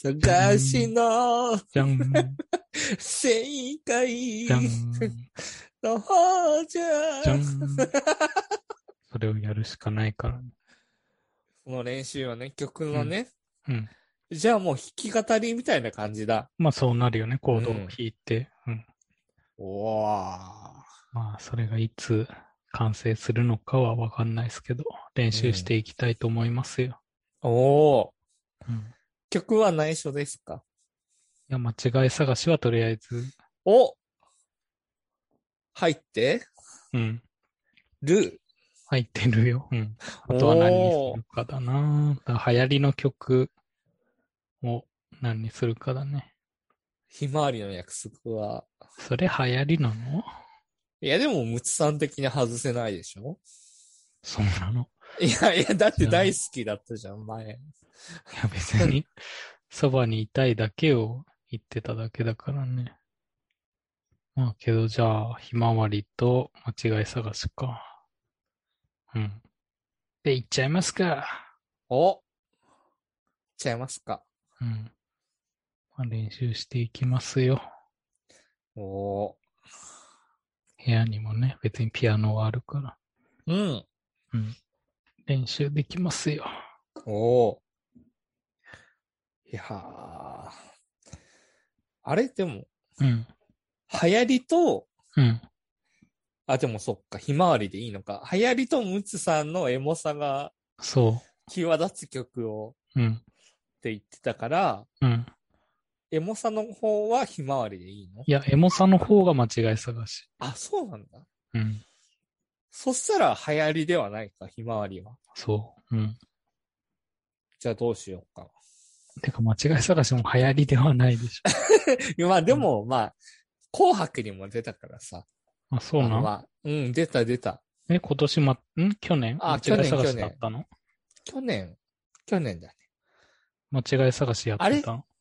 探しのじゃん。 正解じゃん。 の方じゃ。 じゃん。それをやるしかないからね。 その練習はね、曲のね。 うん。 じゃあもう弾き語りみたいな感じだ。 まあそうなるよね、コードを弾いて。 おー。 まあそれがいつ完成するのかはわかんないですけど、練習していきたいと思いますよ。 おー。 うん。 曲は内緒ですか？ いや、間違い探しはとりあえず、 お入ってうん。 る。 入ってるよ。うん。あとは何にすおー。 るかだな。だから流行りの曲を何にするかだね。 ひまわりの約束は。 それ流行りなの？ いやでも、ムツさん的に外せないでしょ？ そうなの？ いやいや、だってじゃあ、 大い好きだったじゃん、前。 や別に、そばにいたいだけを言ってただけだからね。まあけどじゃあ、ひまわりと間違い探しか。うん。で、行っちゃいますか。 おちゃいますか。 うん。まあ、練習していきますよ。 おー。 部屋にもね、別にピアノはあるから。 うん。 うん。練習できますよ。 おー。いやー。あれでも、 うん。 流行りと、 うん。 あ、でもそっか、ひまわりでいいのか。流行りとムツさんのエモさがそ際立つ曲をう。うん。 って言ってたから、 うん。 エモさの方はひまわりでいいの？ いや、エモさの方が間違い探し。 あ、そうなんだ。 うん。 そしたら流行りではないか、ひまわりは。 そう。うん。 じゃあどうしようか。 てか、間違い探しも流行りではないでしまあでょ。うん。 も、まあ、紅白にも出たからさ。 あ、そうなん？ まあ、うん、出た出た。 今年去年間あ、去年、 違い探去年。 しだったの？ 去年、去年だね。 間違い探しやっあれてたの？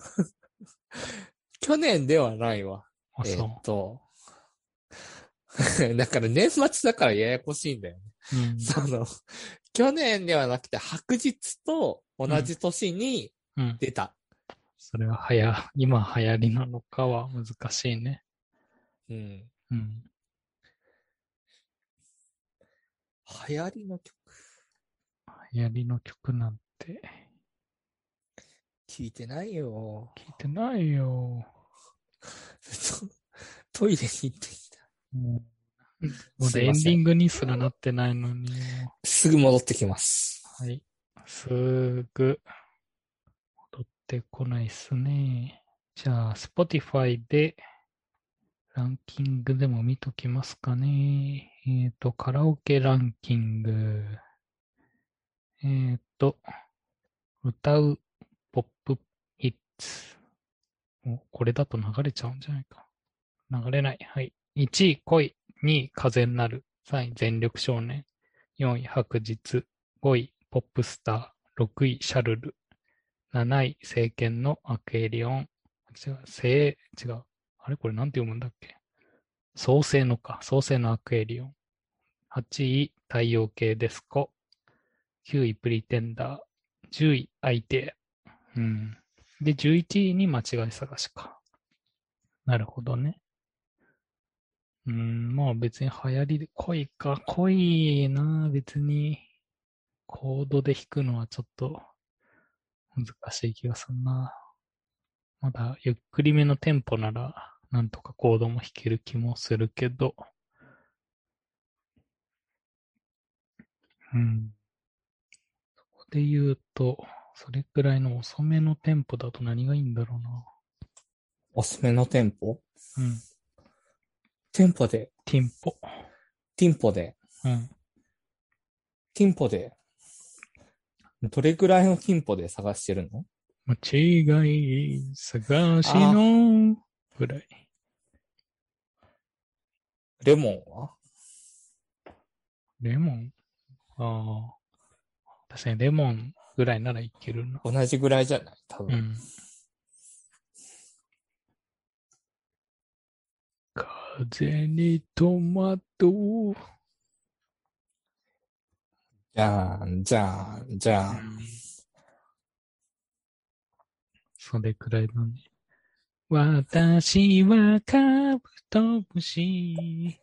去年ではないわ。 あ、そだから年末だからややこしいんだよね。 う。うん。 去年ではなくて白日と同うん。 じ年にうん。 出た。 それは今流行りなのかは難しいね。 うん。 うん。 流行りの曲流行りの曲なんて聞いてないよ。 聞いてないよ。 トイレに行ってきた。 もまだエすいません。 ンディングにすらなってないのに、もすぐ戻ってきます。 う。はい。すぐ戻ってこないっすね。じゃあ、Spotify でランキングでも見ときますかね。カラオケランキング。えっと、歌うポップヒッツ。これだと流れちゃうんじゃないか。流れない。はい。1位、恋。2位、風になる。3位、全力少年。4位、白日。5位、ポップスター。6位、シャルル。7位、聖剣のアクエリオン。違う。あれこれなんて読むんだっけ？創世のか。創世のアクエリオン。8位、太陽系デスコ。9位、プリテンダー。10位、アイデア。うん。で、11位に間違い探しか。なるほどね。まあ別に流行りで、恋か。恋な、別に。コードで弾くのはちょっと難しい気がするな。まだゆっくりめのテンポなら、なんとかコードも弾ける気もするけど。うん。そこで言うと、それくらいの遅めのテンポだと何がいいんだろうな。 おすすめのテンポうん。 テンポで、 テンポ。 ティンポで、 うん。 ティンポで、どれくらいのティンポで探してるの？ 間違い探しあのぐらい。 レモンはレモン？ああ。確かにレモンぐらいならいけるな。 同じぐらいじゃない多分。 うん。風にトマト。 じゃん、じゃん、じゃん。 うん。 それくらいだね。私はカブトムシ。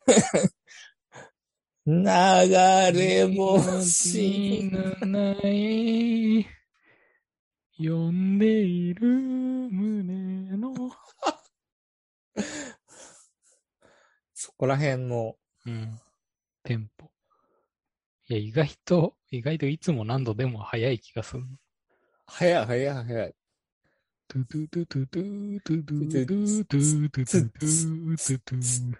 流れ星のない呼んでいる胸のそこら辺の、 テンポ。いや、意外といつも何度でも早い気がする。 早い。 トゥトゥトゥトゥトゥトゥトゥトゥトゥトゥトゥトゥトゥトゥ。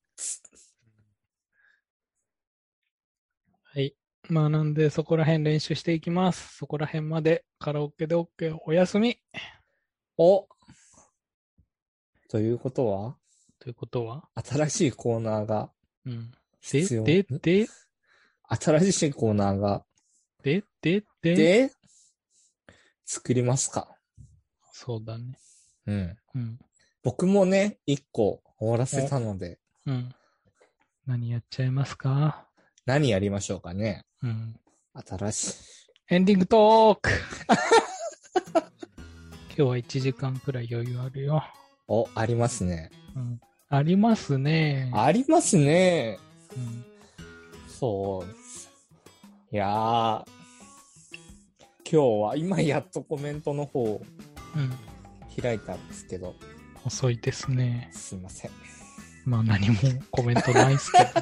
はい。まあなんでそこら辺練習していきます。そこら辺までカラオケで OK。おやすみ。 お。ということは新しいコーナーが必要。 で新しいコーナーが。で作りますか。 そうだね。 僕もね、一個終わらせたので。 何やっちゃいますか？ 何やりましょうかね。新しい。 エンディングトーク今日は1時間くらい余裕あるよ。 お、ありますね。 ありますね。 ありますね。そう。いやー、今日は今やっとコメントの方を開いたんですけど。 遅いですね。 すいません。 まあ何もコメントないっすけど、ね。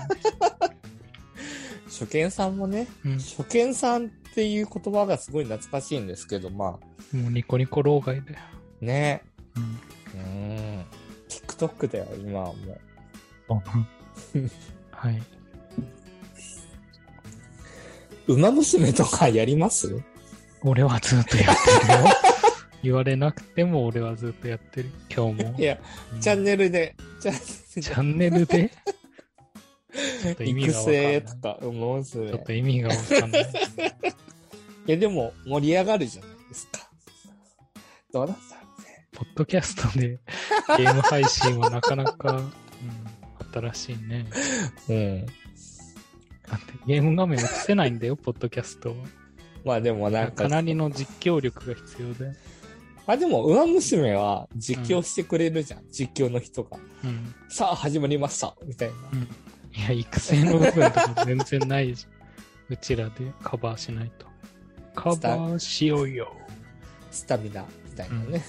初見さんもね、初見さんっていう言葉がすごい懐かしいんですけど、まあ。 もうニコニコ老害だよ。 ね。TikTok だよ、今はもう。はい。 馬娘とかやります？ 俺はずっとやってるよ。言われなくても俺はずっとやってる。今日も。 いや、チャンネルで。 チャンネルでちょっと意味がわかんない。 育成とか、馬娘。 ちょっと意味がわかんない。いや、でも盛り上がるじゃないですか。どうなんだろうね。 ポッドキャストでゲーム配信はなかなか、新しいね。だってゲーム画面映せないんだよ、ポッドキャストは。 まあでもなんか。 かなりの実況力が必要で。 でも、馬娘は実況してくれるじゃん。実況の人が。さあ、始まりました。みたいな。 いや、育成の部分とか全然ないじゃん。うちらでカバーしないと。カバーしようよ。 スタミナ、みたいなね。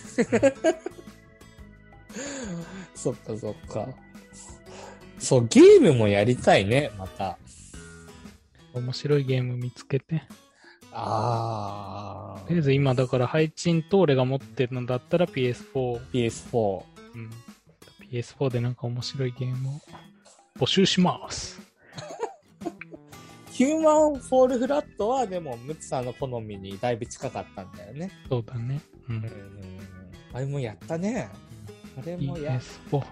そっか。そう、ゲームもやりたいね、また。 面白いゲーム見つけて。とりあえず今だから配信と俺が持ってるのだったら PS4。PS4 でなんか面白いゲームを募集します。 ヒューマンフォールフラットはでもムツさんの好みにだいぶ近かったんだよね。 そうだね。 あれもやったね。あれもや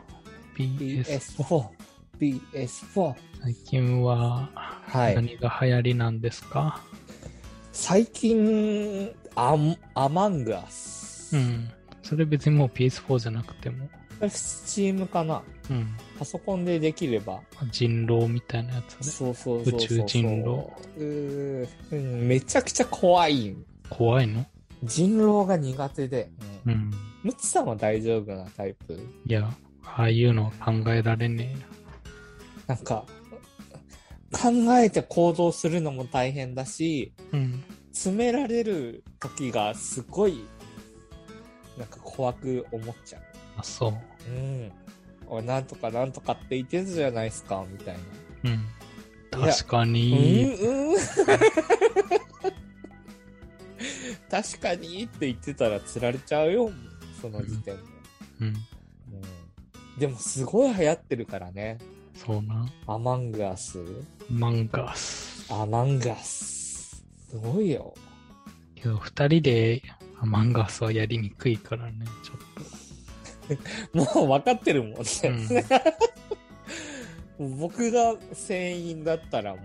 PS4。最近は何が流行りなんですか？ 最近アマングアス。 それ別にもう PS4 じゃなくても。 スチームかな。パソコンでできれば。 人狼みたいなやつで。 そう宇宙人狼。 めちゃくちゃ怖い。 怖いの？ 人狼が苦手で。ムツさんは大丈夫なタイプ？ いや、ああいうのは考えられねえよ。 なんか、考えて行動するのも大変だし、詰められる時がすごい、なんか怖く思っちゃう。 あ、そう。 俺なんとかって言ってたじゃないですか、みたいな。 確かに。 確かにって言ってたら釣られちゃうよ、その時点で。でもすごい流行ってるからね。 そうな。 アマングアス。すごいよ。 けど、二人でアマンガスはやりにくいからね、ちょっと。もう分かってるもんね。僕が船員だったらも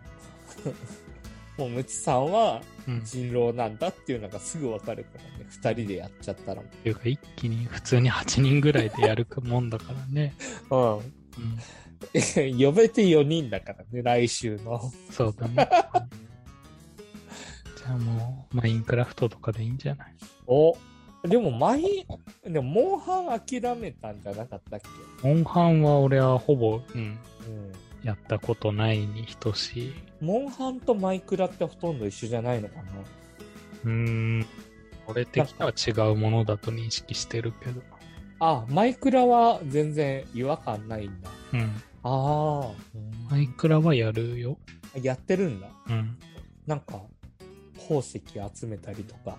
うムツさんは人狼なんだっていうのがすぐ分かるからね。二人でやっちゃったら。 っていうか一気に普通に8人ぐらいでやるもんだからね。 呼べて4人だからね、来週の。 そうだね。じゃあもう、マインクラフトとかでいいんじゃない？ お、 でもモンハン諦めたんじゃなかったっけ？ モンハンは俺はほぼ、やったことないに等しい。 モンハンとマイクラってほとんど一緒じゃないのかな？ 俺的には違うものだと認識してるけど。 マイクラは全然違和感ないんだ。 マイクラはやるよ。 やってるんだ。なんか、宝石集めたりとか。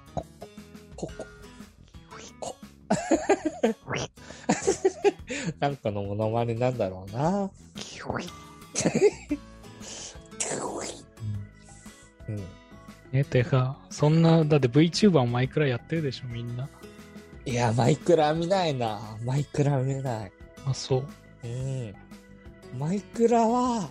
なんかのモノマネなんだろうな。 てか、そんな、だって VTuber もマイクラやってるでしょ、みんな。 いや、マイクラ見ないな。マイクラ見ない。 あ、そう。 マイクラは、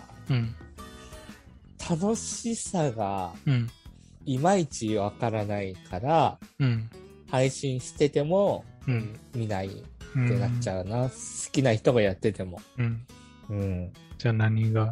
楽しさが、いまいちわからないから、配信してても、見ないってなっちゃうな。好きな人がやってても。 じゃあ何が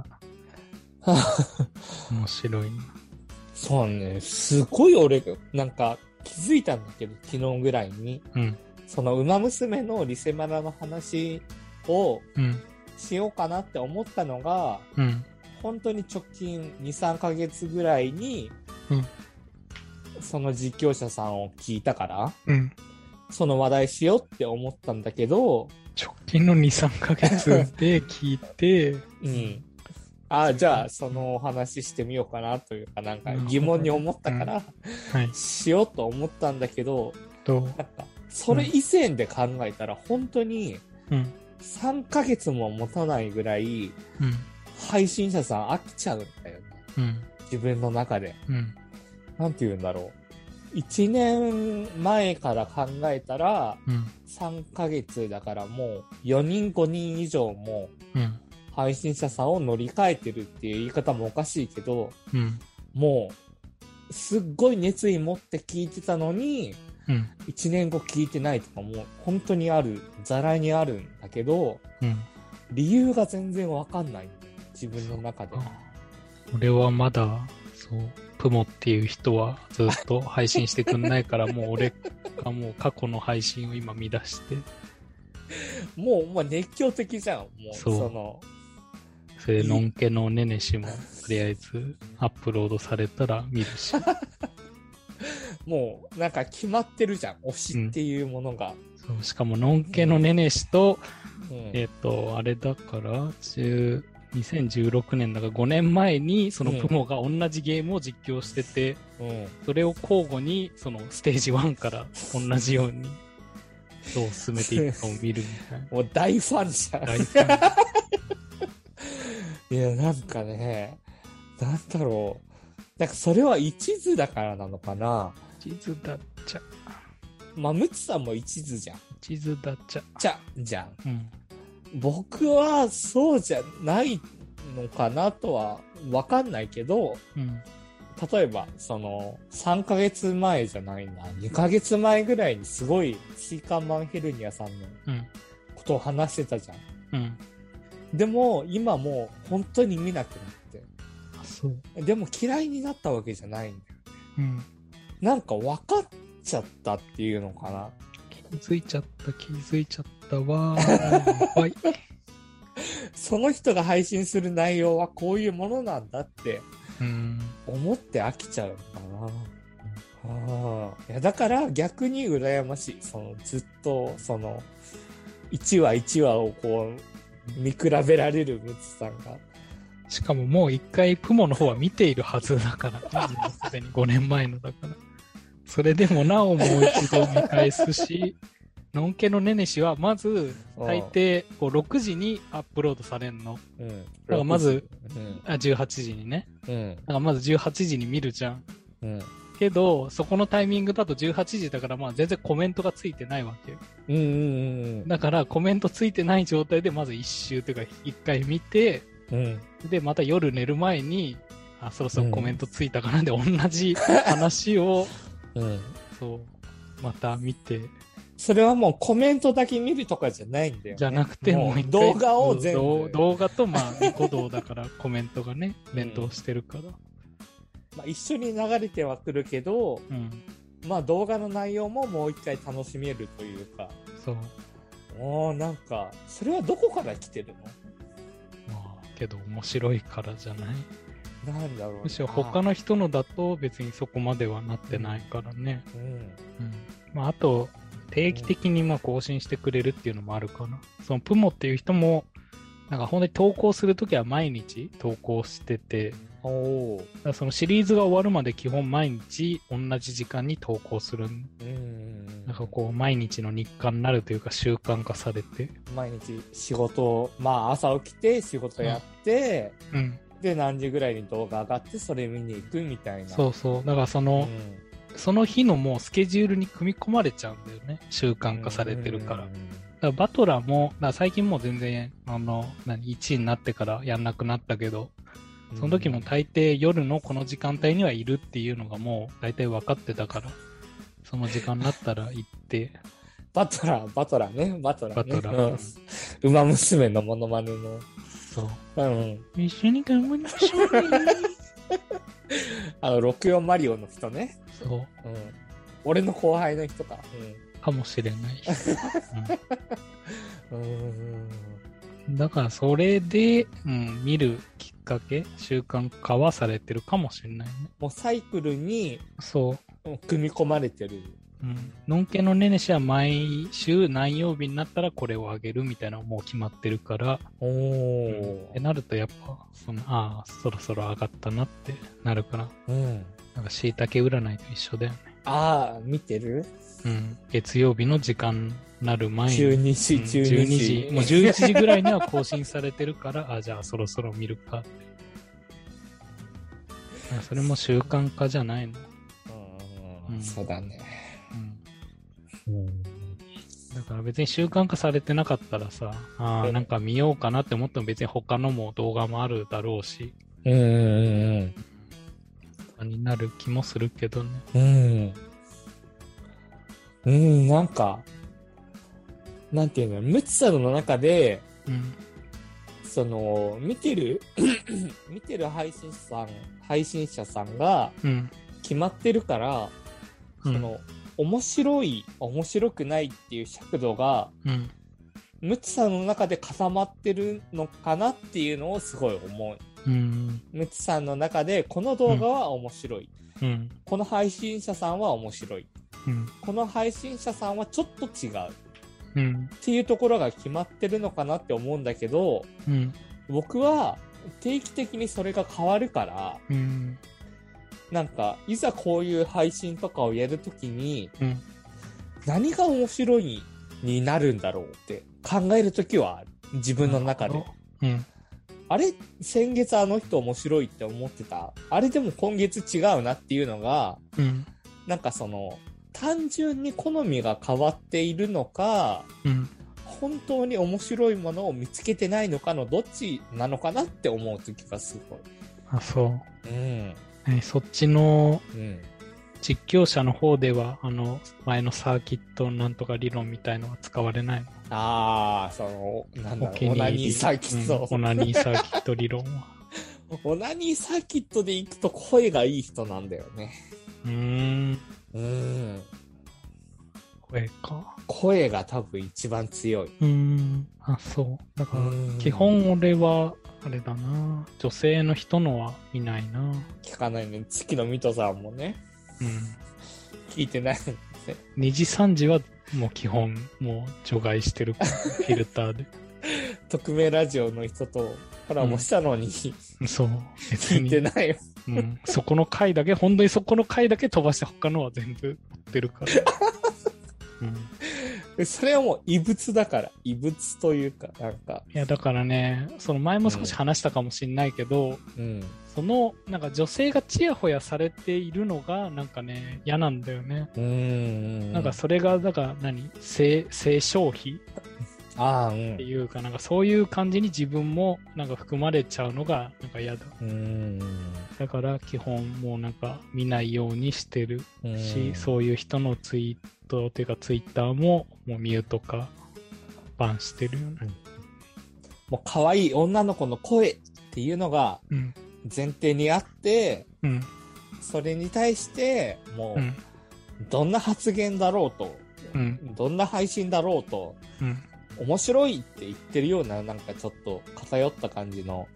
面白いな。 そうね。すごい俺、なんか気づいたんだけど、昨日ぐらいに。その馬娘のリセマラの話をしようかなって思ったのが、本当に直近2、3ヶ月ぐらいに、その実況者さんを聞いたから、その話題しようって思ったんだけど、 直近の2、3ヶ月で聞いて、 じゃあそのお話してみようかなというか、なんか疑問に思ったから、しようと思ったんだけど、なんかそれ以前で考えたら本当に3ヶ月も持たないぐらい配信者さん飽きちゃうんだよね。自分の中で。なんて言うんだろう。1年前から考えたら、3ヶ月だからもう4人5人以上も配信者さんを乗り換えてるっていう言い方もおかしいけど、もうすっごい熱意持って聞いてたのに、1年後聞いてないとかも本当にある、ざらにあるんだけど、理由が全然わかんない。自分の中で。 俺はまだ、そう、プモっていう人はずっと配信してくんないから、もう俺がもう過去の配信を今見出して。 もう熱狂的じゃん。もうそれのんけのねねしも、とりあえずアップロードされたら見るし。 もうなんか決まってるじゃん。推しっていうものが。 そう、しかものんけのねねしと、あれだから、2016年だから5年前にそのプモが同じゲームを実況してて、それを交互にそのステージ1から同じようにどう進めていくかを見るみたいな。 もう大ファンじゃん。 大ファン。いや、なんかね、なんだろう。なんかそれは一途だからなのかな。 一途だっちゃ。 まあ、ムツさんも一途じゃん。 一途だっちゃ。 じゃん。僕はそうじゃないのかなとはわかんないけど、例えば、その、3ヶ月前じゃないな、2ヶ月前ぐらいにすごい、シーカーマンヘルニアさんのことを話してたじゃん。でも、今もう本当に見なくなって。でも嫌いになったわけじゃないんだよね。なんか分かっちゃったっていうのかな。 気づいちゃったわー。 その人が配信する内容はこういうものなんだって思って飽きちゃうかな。いやだから逆に羨ましい。そのずっとその1話1話をこう見比べられるムツさんが。 しかももう一回プモの方は見ているはずだから、すでに5年前のだから。それでもなおもう一度見返すし、のんけのねねしはまず大抵こう6時にアップロードされんの。だからまず、18時にね。だからまず18時に見るじゃん。けど、そこのタイミングだと18時だからまあ全然コメントがついてないわけよ。だからコメントついてない状態でまず1周というか1回見て、で、また夜寝る前に、そろそろコメントついたかなで同じ話を、そう、また見て。 それはもうコメントだけ見るとかじゃないんだよね。 じゃなくて、もう動画を全部。 動画と、まあ、ニコ動だからコメントがね、連動してるから。 まあ、一緒に流れてはくるけど、 まあ動画の内容ももう一回楽しめるというか。 そう。 なんか、それはどこから来てるの？ まあ、けど面白いからじゃない？ なんだろう、ね。 むしろ他の人のだと別にそこまではなってないからね。まあ、あと、定期的にまあ更新してくれるっていうのもあるかな。そのプモっていう人も、なんか本当に投稿するときは毎日投稿してて、だからそのシリーズが終わるまで基本毎日同じ時間に投稿する。なんかこう毎日の日課になるというか習慣化されて。 毎日仕事、まあ朝起きて仕事やって、で何時ぐらいに動画上がってそれ見に行くみたいな。 そうそう。だからその日のもうスケジュールに組み込まれちゃうんだよね。習慣化されてるから。だからバトラーも、最近もう全然、1位になってからやんなくなったけど、その時も大抵夜のこの時間帯にはいるっていうのがもう大体分かってたから、その時間になったら行って。 バトラーね。ウマ娘のモノマネの。 そう。一緒に頑張りましょうね。 64マリオの人ね。 そう。 俺の後輩の人か。 かもしれない。だからそれで、見るきっかけ、習慣化はされてるかもしれないね。 もうサイクルに、 そう。 組み込まれてる。 のんけのねねしは毎週何曜日になったらこれをあげるみたいなのもう決まってるから。ってなるとやっぱ、そろそろ上がったなってなるから。なんか椎茸占いと一緒だよね。 見てる？ 月曜日の時間なる前に。 12時。 もう11時ぐらいには更新されてるから、じゃあそろそろ見るかって。それも習慣化じゃないの？ そうだね。 だから別に習慣化されてなかったらさ、なんか見ようかなって思っても別に他のも動画もあるだろうし。になる気もするけどね。 なんか、なんていうの、ムツさんの中で、見てる配信者さんが決まってるから、面白くないっていう尺度が、ムツさんの中で固まってるのかなっていうのをすごい思う。ムツさんの中でこの動画は面白い、この配信者さんは面白い、この配信者さんはちょっと違う、っていうところが決まってるのかなって思うんだけど、僕は定期的にそれが変わるから、なんかいざこういう配信とかをやるときに、何が面白いになるんだろうって考えるときはある、自分の中で。あれ先月あの人面白いって思ってた、あれでも今月違うなっていうのが、なんか単純に好みが変わっているのか、本当に面白いものを見つけてないのかのどっちなのかなって思う時がすごい。 そう。そっちの実況者の方では前のサーキットなんとか理論みたいのは使われないの？ なんだろう、オナニーサーキット。 オナニーサーキット理論は。 オナニーサーキットで行くと声がいい人なんだよね。声か。声が多分一番強い。 そう。だから、基本俺は、あれだな。女性の人のは見ないな。 聞かないね。月のミトさんもね。聞いてないね。 2時3時はもう基本もう除外してるからフィルターで。 匿名ラジオの人とコラボしたのに、 そう聞いてないよ。 そこの回だけ、本当にそこの回だけ飛ばして他のは全部売ってるから。 それはもう異物だから、異物というか、なんか。 いやだからね、その前も少し話したかもしれないけど、なんか女性がチヤホヤされているのがなんかね嫌なんだよね。なんかそれがだから性消費っていうか、なんかそういう感じに自分もなんか含まれちゃうのがなんか嫌だ。だから基本もうなんか見ないようにしてるし、そういう人のツイートっていうかツイッターももうミュートかバンしてるよね。 もう可愛い女の子の声っていうのが前提にあって、それに対してもうどんな発言だろうと、 うん、 どんな配信だろうと、 うん、 面白いって言ってるような、なんかちょっと偏った感じの、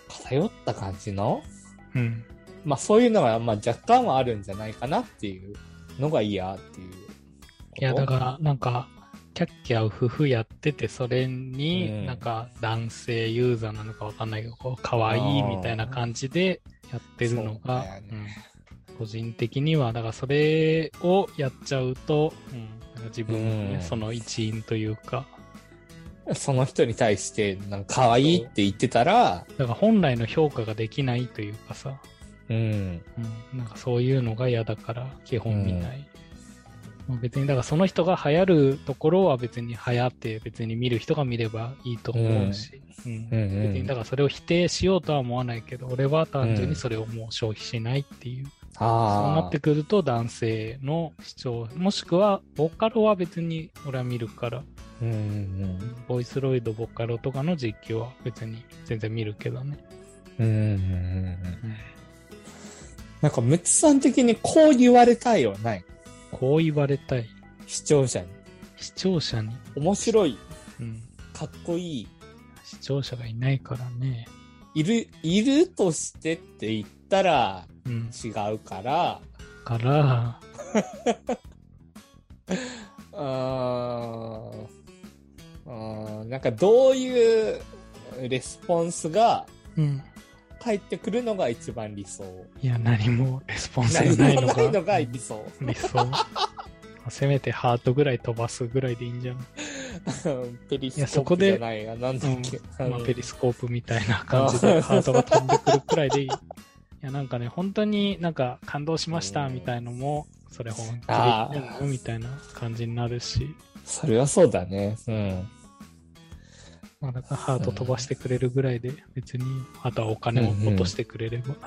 うん。 まあそういうのが、まあ若干はあるんじゃないかなっていうのが嫌っていうこと。 いや、だから、なんか、キャッキャウフフやってて、それに、なんか、男性ユーザーなのかわかんないけど、こう、可愛いみたいな感じでやってるのが、個人的には、だからそれをやっちゃうと、なんか自分もね、その一員というか、 その人に対して、なんか可愛いって言ってたら、 だから本来の評価ができないというかさ、なんかそういうのが嫌だから基本見ない。別にだからその人が流行るところは別に流行って別に見る人が見ればいいと思うし、別にだからそれを否定しようとは思わないけど、俺は単純にそれをもう消費しないっていう。そうなってくると男性の視聴、もしくはボカロは別に俺は見るから、ボイスロイドボカロとかの実況は別に全然見るけどね。 なんかムツさん的にこう言われたいはない？ こう言われたい。 視聴者に。 視聴者に。 面白い。かっこいい。 視聴者がいないからね。 いるとしてって言ったら、違うから。なんかどういうレスポンスが、返ってくるのが一番理想。 いや、何もレスポンスがないのが理想。 せめてハートぐらい飛ばすぐらいでいいんじゃないペリスコープじゃないが、なんだっけ、 ペリスコープみたいな感じでハートが飛んでくるくらいでいい。いや、なんかね、本当になんか感動しましたみたいのも、それ本当に言ってんのみたいな感じになるし。 それはそうだね。 まあ、だからハート飛ばしてくれるぐらいで、別に、あとはお金を落としてくれれば。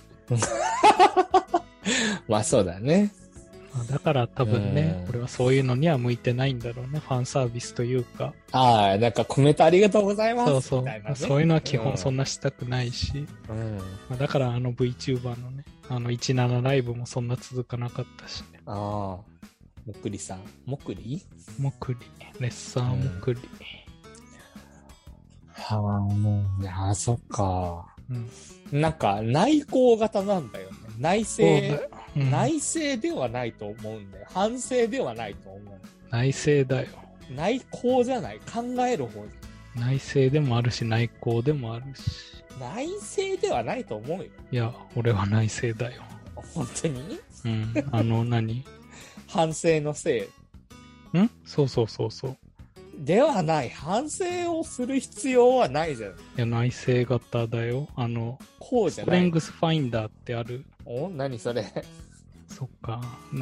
まあそうだね。 だから多分ね、俺はそういうのには向いてないんだろうね。ファンサービスというか。 なんかコメントありがとうございます。 そう、ね、そういうのは基本そんなしたくないし。だからVTuber のね、17ライブもそんな続かなかったしね。 もくりさん。もくりレッサーもくり。 そっか。なんか内向型なんだよね。内省ではないと思うんだよ。反省ではないと思う。 内省だよ。 内向じゃない。考える方じゃない。内省でもあるし、内向でもあるし。 内省ではないと思うよ。 いや、俺は内省だよ。 本当に？ 何？ 反省のせい。 そう。 ではない。反省をする必要はないじゃん。いや、内省型だよ。 こうじゃない。 ストレングスファインダーってある？ 何それ。 そっか。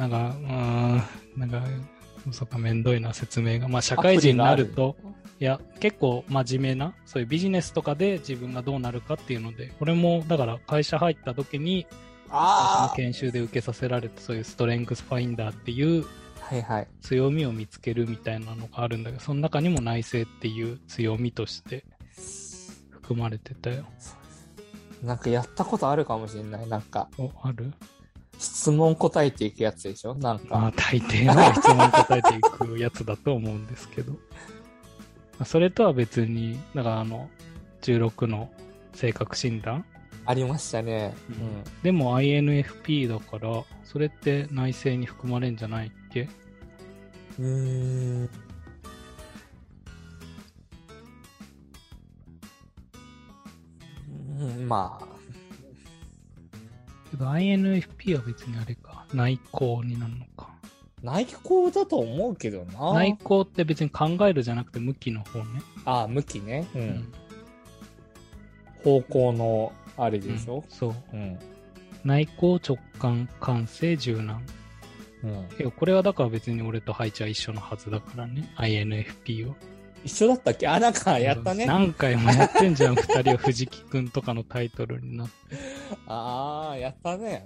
そっか、めんどいな、説明が。まあ、社会人になると、いや、結構真面目な、そういうビジネスとかで自分がどうなるかっていうので、俺も、だから会社入った時に、研修で受けさせられた、そういうストレングスファインダーっていう、強みを見つけるみたいなのがあるんだけど、その中にも内省っていう強みとして含まれてたよ。 なんかやったことあるかもしれない。なんか。 ある？ 質問答えていくやつでしょ？なんか。 まあ大抵は質問答えていくやつだと思うんですけど。それとは別に、だから16の性格診断ありましたね。 でも INFP だから、それって内省に含まれんじゃないっけ？ まあ。 けど INFP は別にあれか、内向になるのか。 内向だと思うけどな。 内向って別に考えるじゃなくて向きの方ね。 向きね。方向のあれでしょ？ そう。内向、直感、感性、柔軟。これはだから別に俺とハイチは一緒のはずだからね。INFP は。 一緒だったっけ？なんかやったね。 何回もやってんじゃん、二人は藤木くんとかのタイトルになって。 やったね。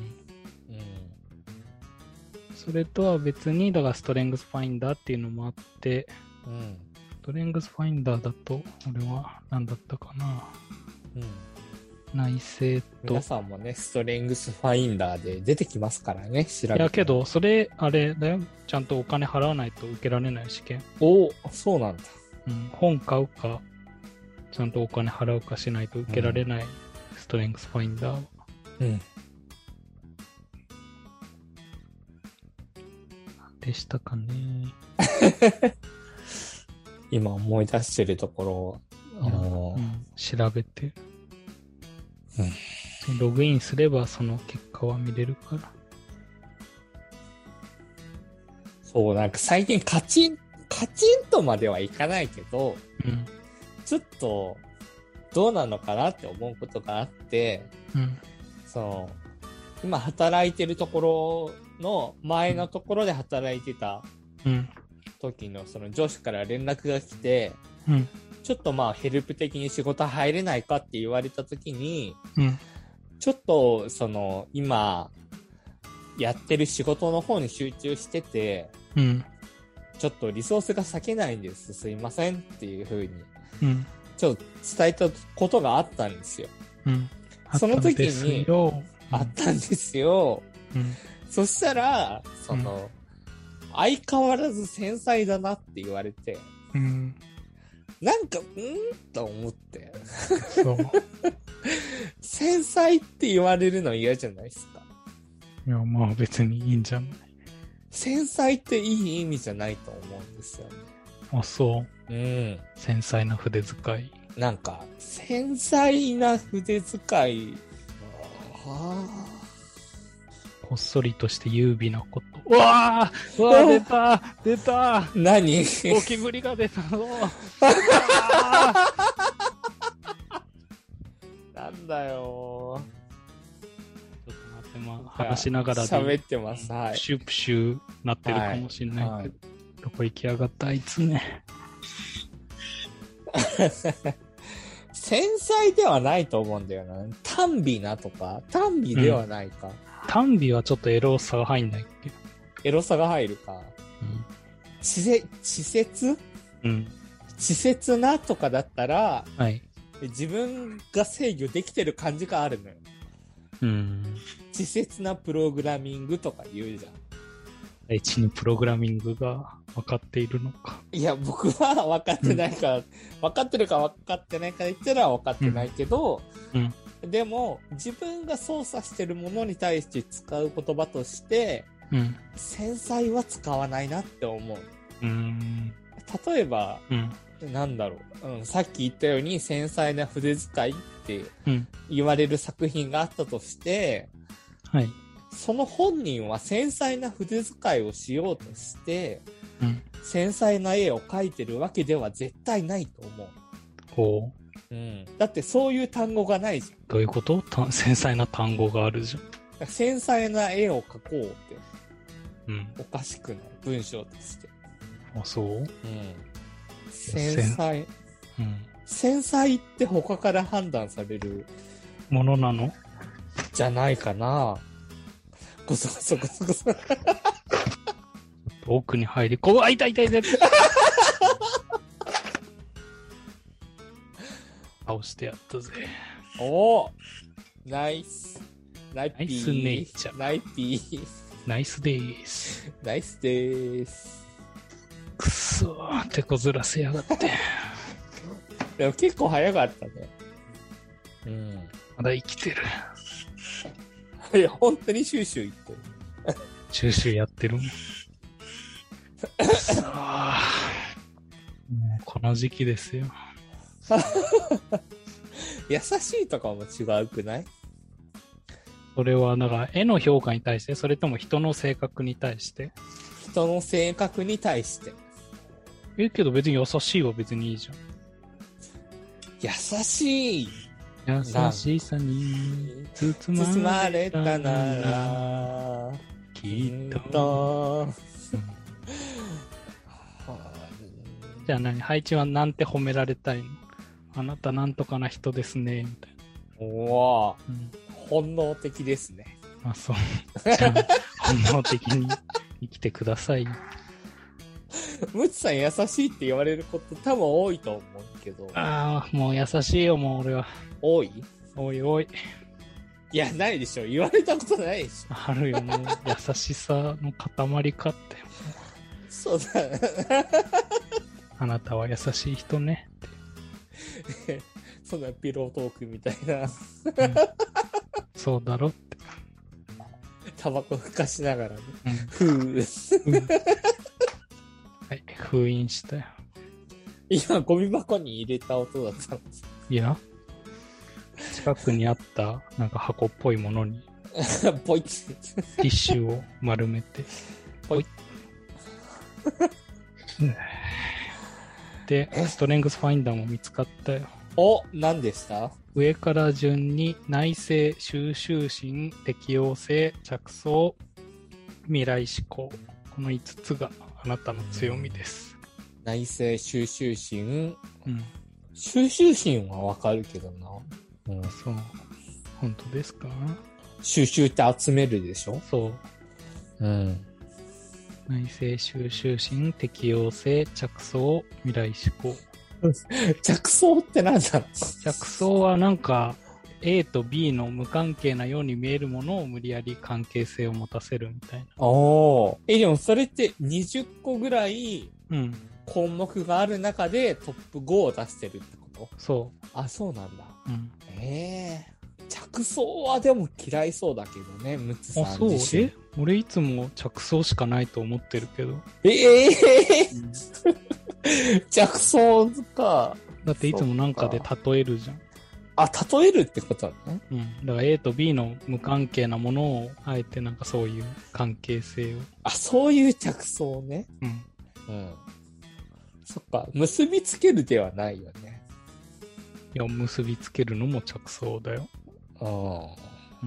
それとは別に、だからストレングスファインダーっていうのもあって、ストレングスファインダーだと、俺は何だったかな。 内政と。 皆さんもね、ストレングスファインダーで出てきますからね、調べて。 いやけど、それ、あれだよ。ちゃんとお金払わないと受けられない試験。 お、そうなんだ。 うん。本買うか、ちゃんとお金払うかしないと受けられない、ストレングスファインダーは。 うん。 でしたかね。 今思い出してるところ、 調べて、ログインすればその結果は見れるから。 そう、なんか最近カチンとまではいかないけど、ちょっとどうなのかなって思うことがあって、今働いてるところの前のところで働いてた時のその上司から連絡が来て、ちょっとまあヘルプ的に仕事入れないかって言われた時に、ちょっとその今やってる仕事の方に集中してて、ちょっとリソースが割けないんです、すいませんっていう風に、ちょっと伝えたことがあったんですよ。その時にあったんですよ。そしたらその、相変わらず繊細だなって言われて、なんかと思って。 そう繊細って言われるの嫌じゃないですか。 いやまあ別にいいんじゃない。 繊細っていい意味じゃないと思うんですよね。 あ、そう。繊細な筆使い。 なんか繊細な筆使い。 こっそりとして優美なこと。うわー出た何ゴキブリが出たぞなんだよちょっと待って、話しながらで喋ってます。はい。 プシュプシュなってるかもしれないけど、どこ行きやがったあいつね。 繊細ではないと思うんだよな。短美なとか短美ではないか。 短美はちょっとエロさが入んないっけ。 エロさが入るか。稚拙稚拙なとかだったら、自分が制御できてる感じがあるのよ。稚拙なプログラミングとか言うじゃん。 第一にプログラミングが分かっているのか。 いや、僕は分かってないから、分かってるか分かってないか言ったら分かってないけど、でも自分が操作してるものに対して使う言葉として、繊細は使わないなって思う。例えば、なんだろう、さっき言ったように繊細な筆使いって言われる作品があったとして、その本人は繊細な筆使いをしようとして、繊細な絵を描いてるわけでは絶対ないと思う。だってそういう単語がないじゃん。 どういうこと？繊細な単語があるじゃん。繊細な絵を描こうって、おかしくない？文章として。 あ、そう？ 繊細。繊細って他から判断されるものなの？ じゃないかな。こそこそこそこそ。 奥に入り込む。あ、痛い。倒してやったぜ。 おー、ナイスネイチャー。 ナイピー。 ナイスでーす。 ナイスでーす。 くそー、手こずらせやがって。 でも結構早かったね。 まだ生きてる。 いや、本当にシューシュー言ってる。 シューシューやってるもん。さあ、もうこの時期ですよ。 優しいとかも違うくない？ それは、だから、絵の評価に対して、それとも人の性格に対して？ 人の性格に対して。 けど別に優しいは別にいいじゃん。 優しい。 優しさに包まれたなら、きっと。じゃあ配置はなんて褒められたいの？あなたなんとかな人ですね、みたいな。 おー、本能的ですね。 あ、そう。じゃあ、本能的に生きてください。 ムツさん優しいって言われること多分多いと思うけど。 ああ、もう優しいよ、もう俺は。 多い？ おいおい。 いや、ないでしょ。言われたことないでしょ。 あるよ、もう優しさの塊かって。 そうだ。 あなたは優しい人ねって。そんなピロートークみたいな。うん、 そうだろって。 タバコふかしながらね。 うん、 ふー。 はい、封印したよ。 今、ゴミ箱に入れた音だったんです。 いや、近くにあったなんか箱っぽいものにポイッティッシュを丸めてポイッで、ストレングスファインダーも見つかったよ。 お、何でした？ 上から順に内省、収集心、適応性、着想、未来思考。この5つがあなたの強みです。 内省、収集心。 うん。 収集心はわかるけどな。 うん、そう。本当ですか？ 収集って集めるでしょ？ そう。 うん。 内省、収集心、適応性、着想、未来思考。 着想って何だ？ 着想はなんか A と B の無関係なように見えるものを無理やり関係性を持たせるみたいな。 おー。でもそれって20個ぐらい項目がある中でトップ5を出してるってこと？ そう。 あ、そうなんだ。 うん。 着想はでも嫌いそうだけどね、ムツさん自身。あ、そう？ 俺いつも着想しかないと思ってるけど。 着想か。 だっていつもなんかで例えるじゃん。 あ、例えるってことだね。 うん。だから A と B の無関係なものを、あえてなんかそういう関係性を。 あ、そういう着想ね。うん。うん。そっか。結びつけるではないよね。 いや、結びつけるのも着想だよ。 ああ。うん。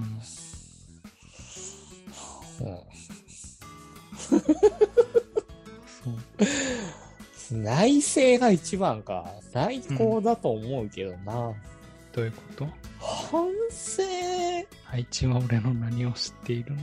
そう。内省が一番か。内向だと思うけどな。 どういうこと？ 反省。 あいつは俺の何を知っているの？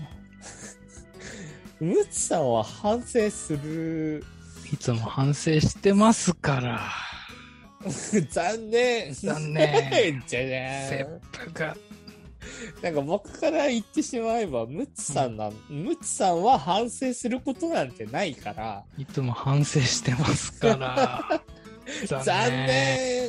ムツさんは反省する。 いつも反省してますから。 残念。 残念。 じゃじゃーん。 切腹が。 なんか僕から言ってしまえば、ムツさんは反省することなんてないから。 いつも反省してますから。 残念。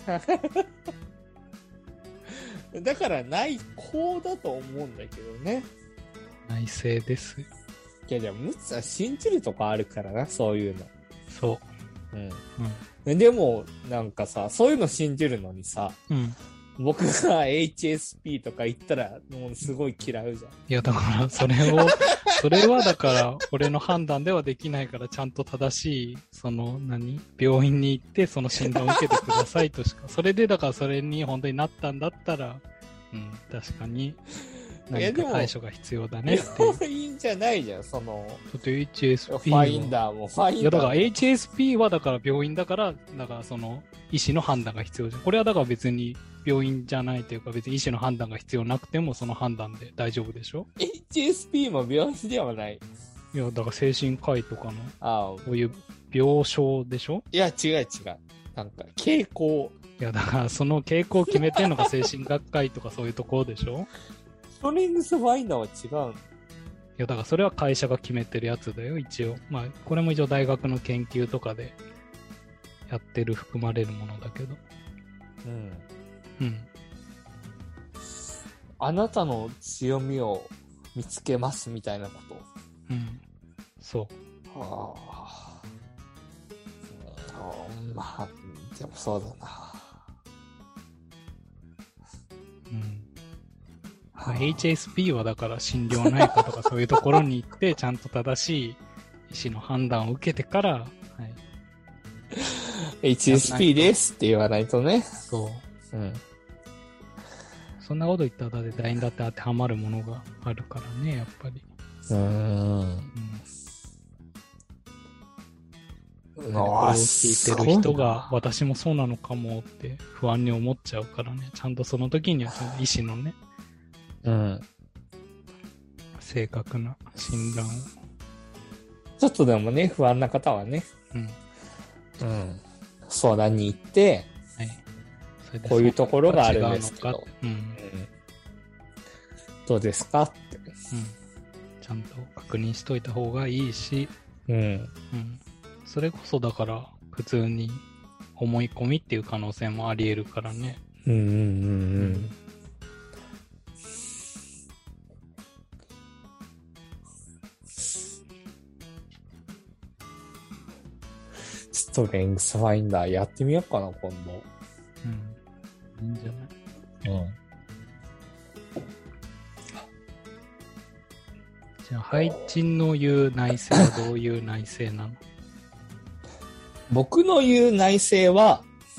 だから内向だと思うんだけどね。 内省です。 いやじゃあムツさん信じるとこあるからな、そういうの。 そう。 うん。でも、なんかさ、そういうの信じるのにさ、僕が HSP とか言ったら、もうすごい嫌うじゃん。 いや、だから、それはだから、俺の判断ではできないから、ちゃんと正しい、病院に行って、その診断を受けてくださいとしか。それで、だからそれに本当になったんだったら、確かに、何か対処が必要だねっていう。 病院じゃないじゃん、だって HSP は。 ファインダーもファインダーも。 いや、だから HSP はだから病院だから、だから医師の判断が必要じゃん。これはだから別に病院じゃないというか、別に医師の判断が必要なくてもその判断で大丈夫でしょ？ HSP も病院ではない。 いや、だから精神科医とかの、こういう病床でしょ？ いや、違う。なんか、傾向。 いや、だからその傾向を決めてるのが精神学会とかそういうところでしょ？ ストリングスファインダーは違うの？ いや、だからそれは会社が決めてるやつだよ、一応。まあ、これも一応大学の研究とかでやってる含まれるものだけど。 あなたの強みを見つけますみたいなこと。 そう。 まあ、でもそうだな。 HSP はだから心療内科とかそういうところに行ってちゃんと正しい医師の判断を受けてから、 HSP ですって言わないとね。 そう。そんなこと言ったら誰にだって当てはまるものがあるからね、やっぱり。これを聞いてる人が私もそうなのかもって不安に思っちゃうからね、ちゃんとその時には医師のね、正確な診断を。 ちょっとでもね、不安な方はね、相談に行って、 そこういうところがあるんですけど、 うんうん、 どうですかって、 ちゃんと確認しといた方がいいし、それこそだから普通に思い込みっていう可能性もあり得るからね。 ストレングスファインダーやってみようかな、今度。 いいんじゃない？じゃあ、ハイチンの言う内政はどういう内政なの？ 僕の言う内政は、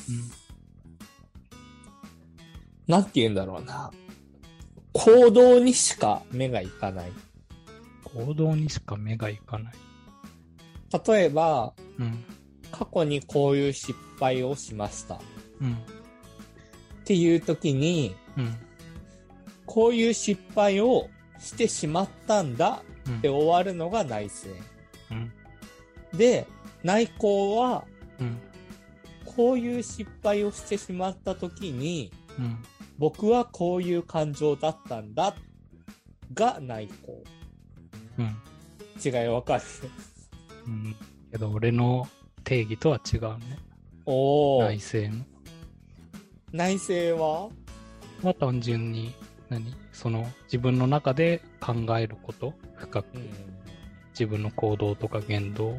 なんて言うんだろうな。行動にしか目がいかない。 行動にしか目がいかない。 例えば、過去にこういう失敗をしました。っていう時に、こういう失敗をしてしまったんだって終わるのが内政。で、内向は、こういう失敗をしてしまった時に、僕はこういう感情だったんだが内向。違いわかる？ けど俺の定義とは違うね。内政の。 内政は単純にその自分の中で考えること、深く、自分の行動とか言動。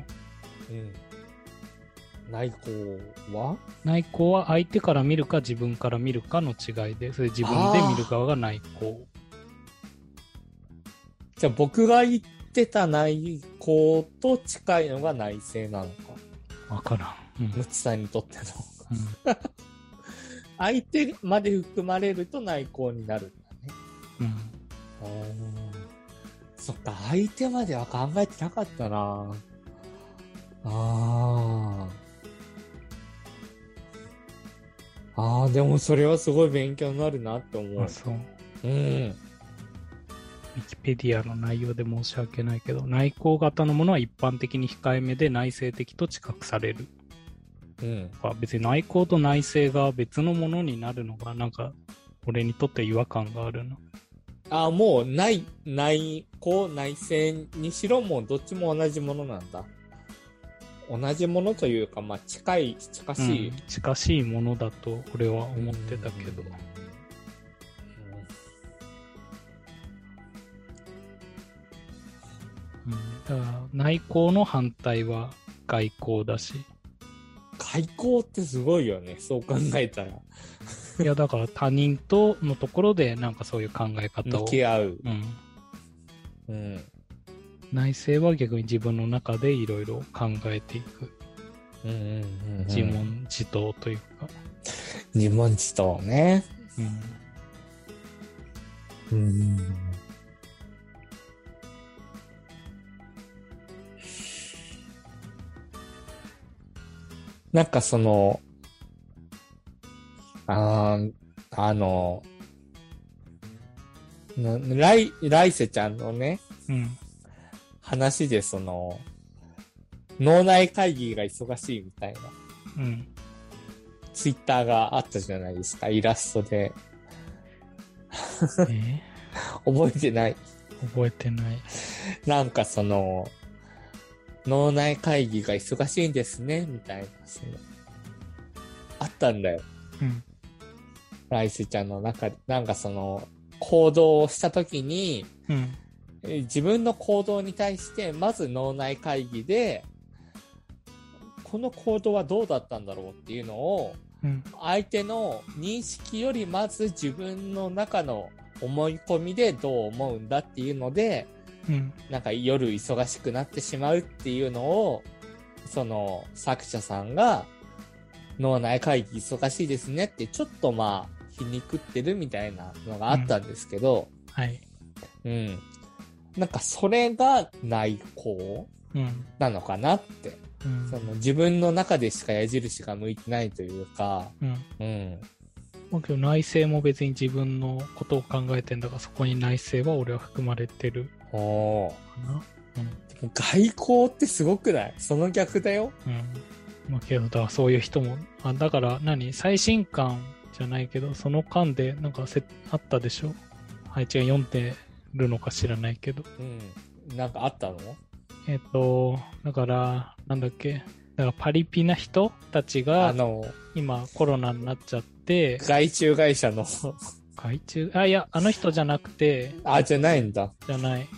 内向は？ 内向は相手から見るか自分から見るかの違いで、それ自分で見る側が内向。 じゃあ僕が言ってた内向と近いのが内政なのか。 わからん。 ムツさんにとっての。相手まで含まれると内向になるんだね。そっか、相手までは考えてなかったな。でもそれはすごい勉強になるなって思う。 そう。ウィキペディアの内容で申し訳ないけど、内向型のものは一般的に控えめで内省的と知覚される。別に内向と内省が別のものになるのがなんか俺にとって違和感があるな。 もう内向内省にしろもうどっちも同じものなんだ。同じものというか、近しい、 近しいものだと俺は思ってたけど。だから内向の反対は外向だし。 外向ってすごいよね、そう考えたら。 いや、だから他人とのところでなんかそういう考え方を。 向き合う。 内省は逆に自分の中でいろいろ考えていく。自問自答というか。 自問自答ね。なんかその、来世ちゃんのね、話でその、脳内会議が忙しいみたいな、ツイッターがあったじゃないですか、イラストで。覚えてない？ 覚えてない。 なんかその、脳内会議が忙しいんですね、みたいな、あったんだよ。来世ちゃんの中で、なんかその、行動をしたときに、自分の行動に対して、まず脳内会議で、この行動はどうだったんだろうっていうのを、相手の認識よりまず自分の中の思い込みでどう思うんだっていうので、なんか夜忙しくなってしまうっていうのを、その作者さんが脳内会議忙しいですねってちょっと皮肉ってるみたいなのがあったんですけど、なんかそれが内向なのかなって、その自分の中でしか矢印が向いてないというか、 内省も別に自分のことを考えてんだから、そこに内省は俺は含まれてるかな。 外向ってすごくない？その逆だよ。 けどだからそういう人もだから最新刊じゃないけど、その間でなんかあったでしょ。配置が読んでるのか知らないけど。 うん。なんかあったの？ だから、なんだっけ。だからパリピな人たちが、今コロナになっちゃって、 外注会社のいや、あの人じゃなくて、 じゃないんだ。 じゃない。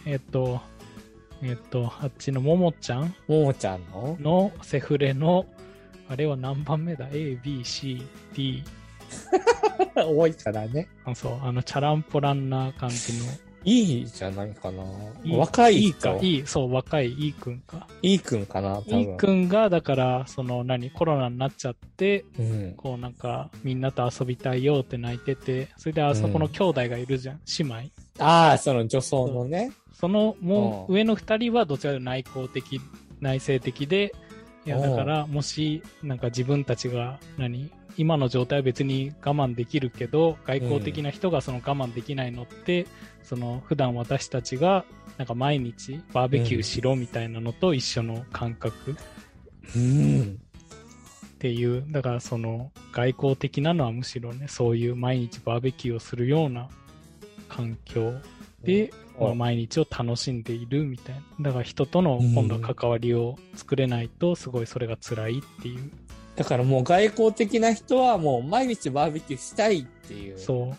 あっちのももちゃんのセフレの、あれは何番目だ ?A, B, C, D。 多いからね。 そう、チャランポランな感じの。 いいじゃないかな。若い人。 そう、若い、いいくんか。 いいくんかな、多分。 いいくんが、だから、コロナになっちゃって、 こうなんか、みんなと遊びたいよって泣いてて、それであそこの兄弟がいるじゃん、姉妹。その女装のね。 もう上の二人はどちらかというと内省的で、いや、だから、もし、なんか自分たちが、今の状態は別に我慢できるけど、外交的な人がその我慢できないのって、普段私たちが、なんか毎日バーベキューしろみたいなのと一緒の感覚。っていう、だから外交的なのはむしろね、そういう毎日バーベキューをするような環境で、毎日を楽しんでいるみたいな。だから人との今度は関わりを作れないと、すごいそれが辛いっていう。 だからもう外交的な人はもう毎日バーベキューしたいっていう。 そう。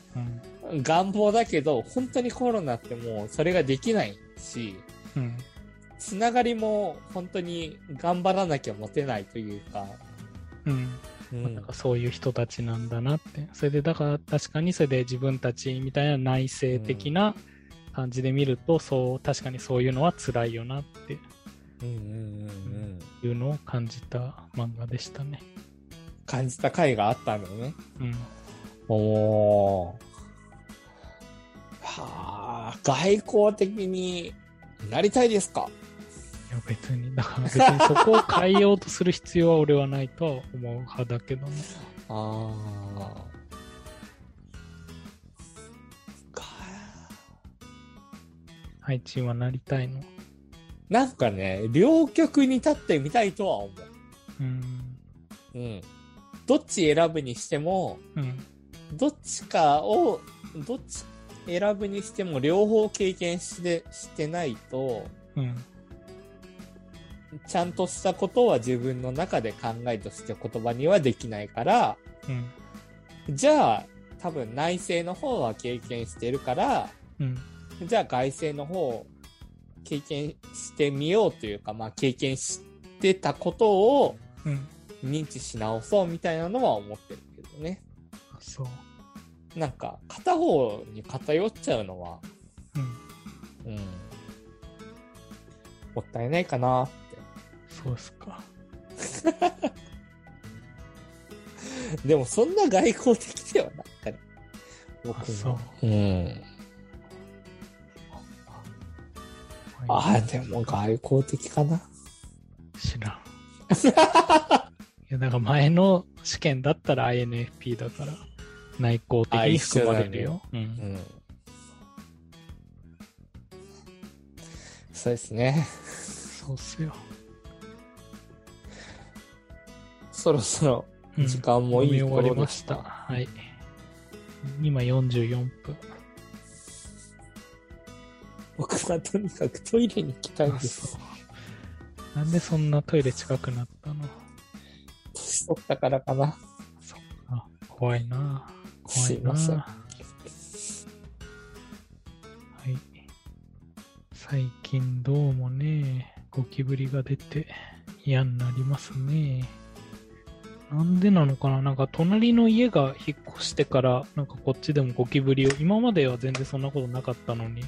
願望だけど、本当にコロナってもうそれができないし、つながりも本当に頑張らなきゃ持てないというか。 なんかそういう人たちなんだなって。それでだから確かにそれで自分たちみたいな内省的な感じで見ると、確かにそういうのは辛いよなっていうのを感じた漫画でしたね。 感じた回があったのね。外交的になりたいですか？ いや別に、だから別にそこを変えようとする必要は俺はないとは思う派だけどね。配置はなりたいの？ なんかね、両極に立ってみたいとは思う。どっち選ぶにしても、どっち選ぶにしても両方経験してないと、ちゃんとしたことは自分の中で考えとして言葉にはできないから、じゃあ多分内政の方は経験してるから、じゃあ外政の方を経験してみようというか、経験してたことを認知し直そうみたいなのは思ってるけどね。 そう。 なんか片方に偏っちゃうのは、もったいないかなって。 そうですか。 でもそんな外交的ではなかったね。僕も。でも外交的かな。 知らん。いや、だから前の試験だったら INFP だから内向的に含まれるよ。 そうですね。 そうっすよ。 そろそろ時間もいい頃でした。 終わりました。はい。今44分。 僕はとにかくトイレに行きたいんです。 なんでそんなトイレ近くなったの？ 年取ったからかな。 そっか。怖いな。 すいません。 はい。最近どうもね、ゴキブリが出て嫌になりますね。なんでなのかな。なんか隣の家が引っ越してから、なんかこっちでもゴキブリを、今までは全然そんなことなかったのに。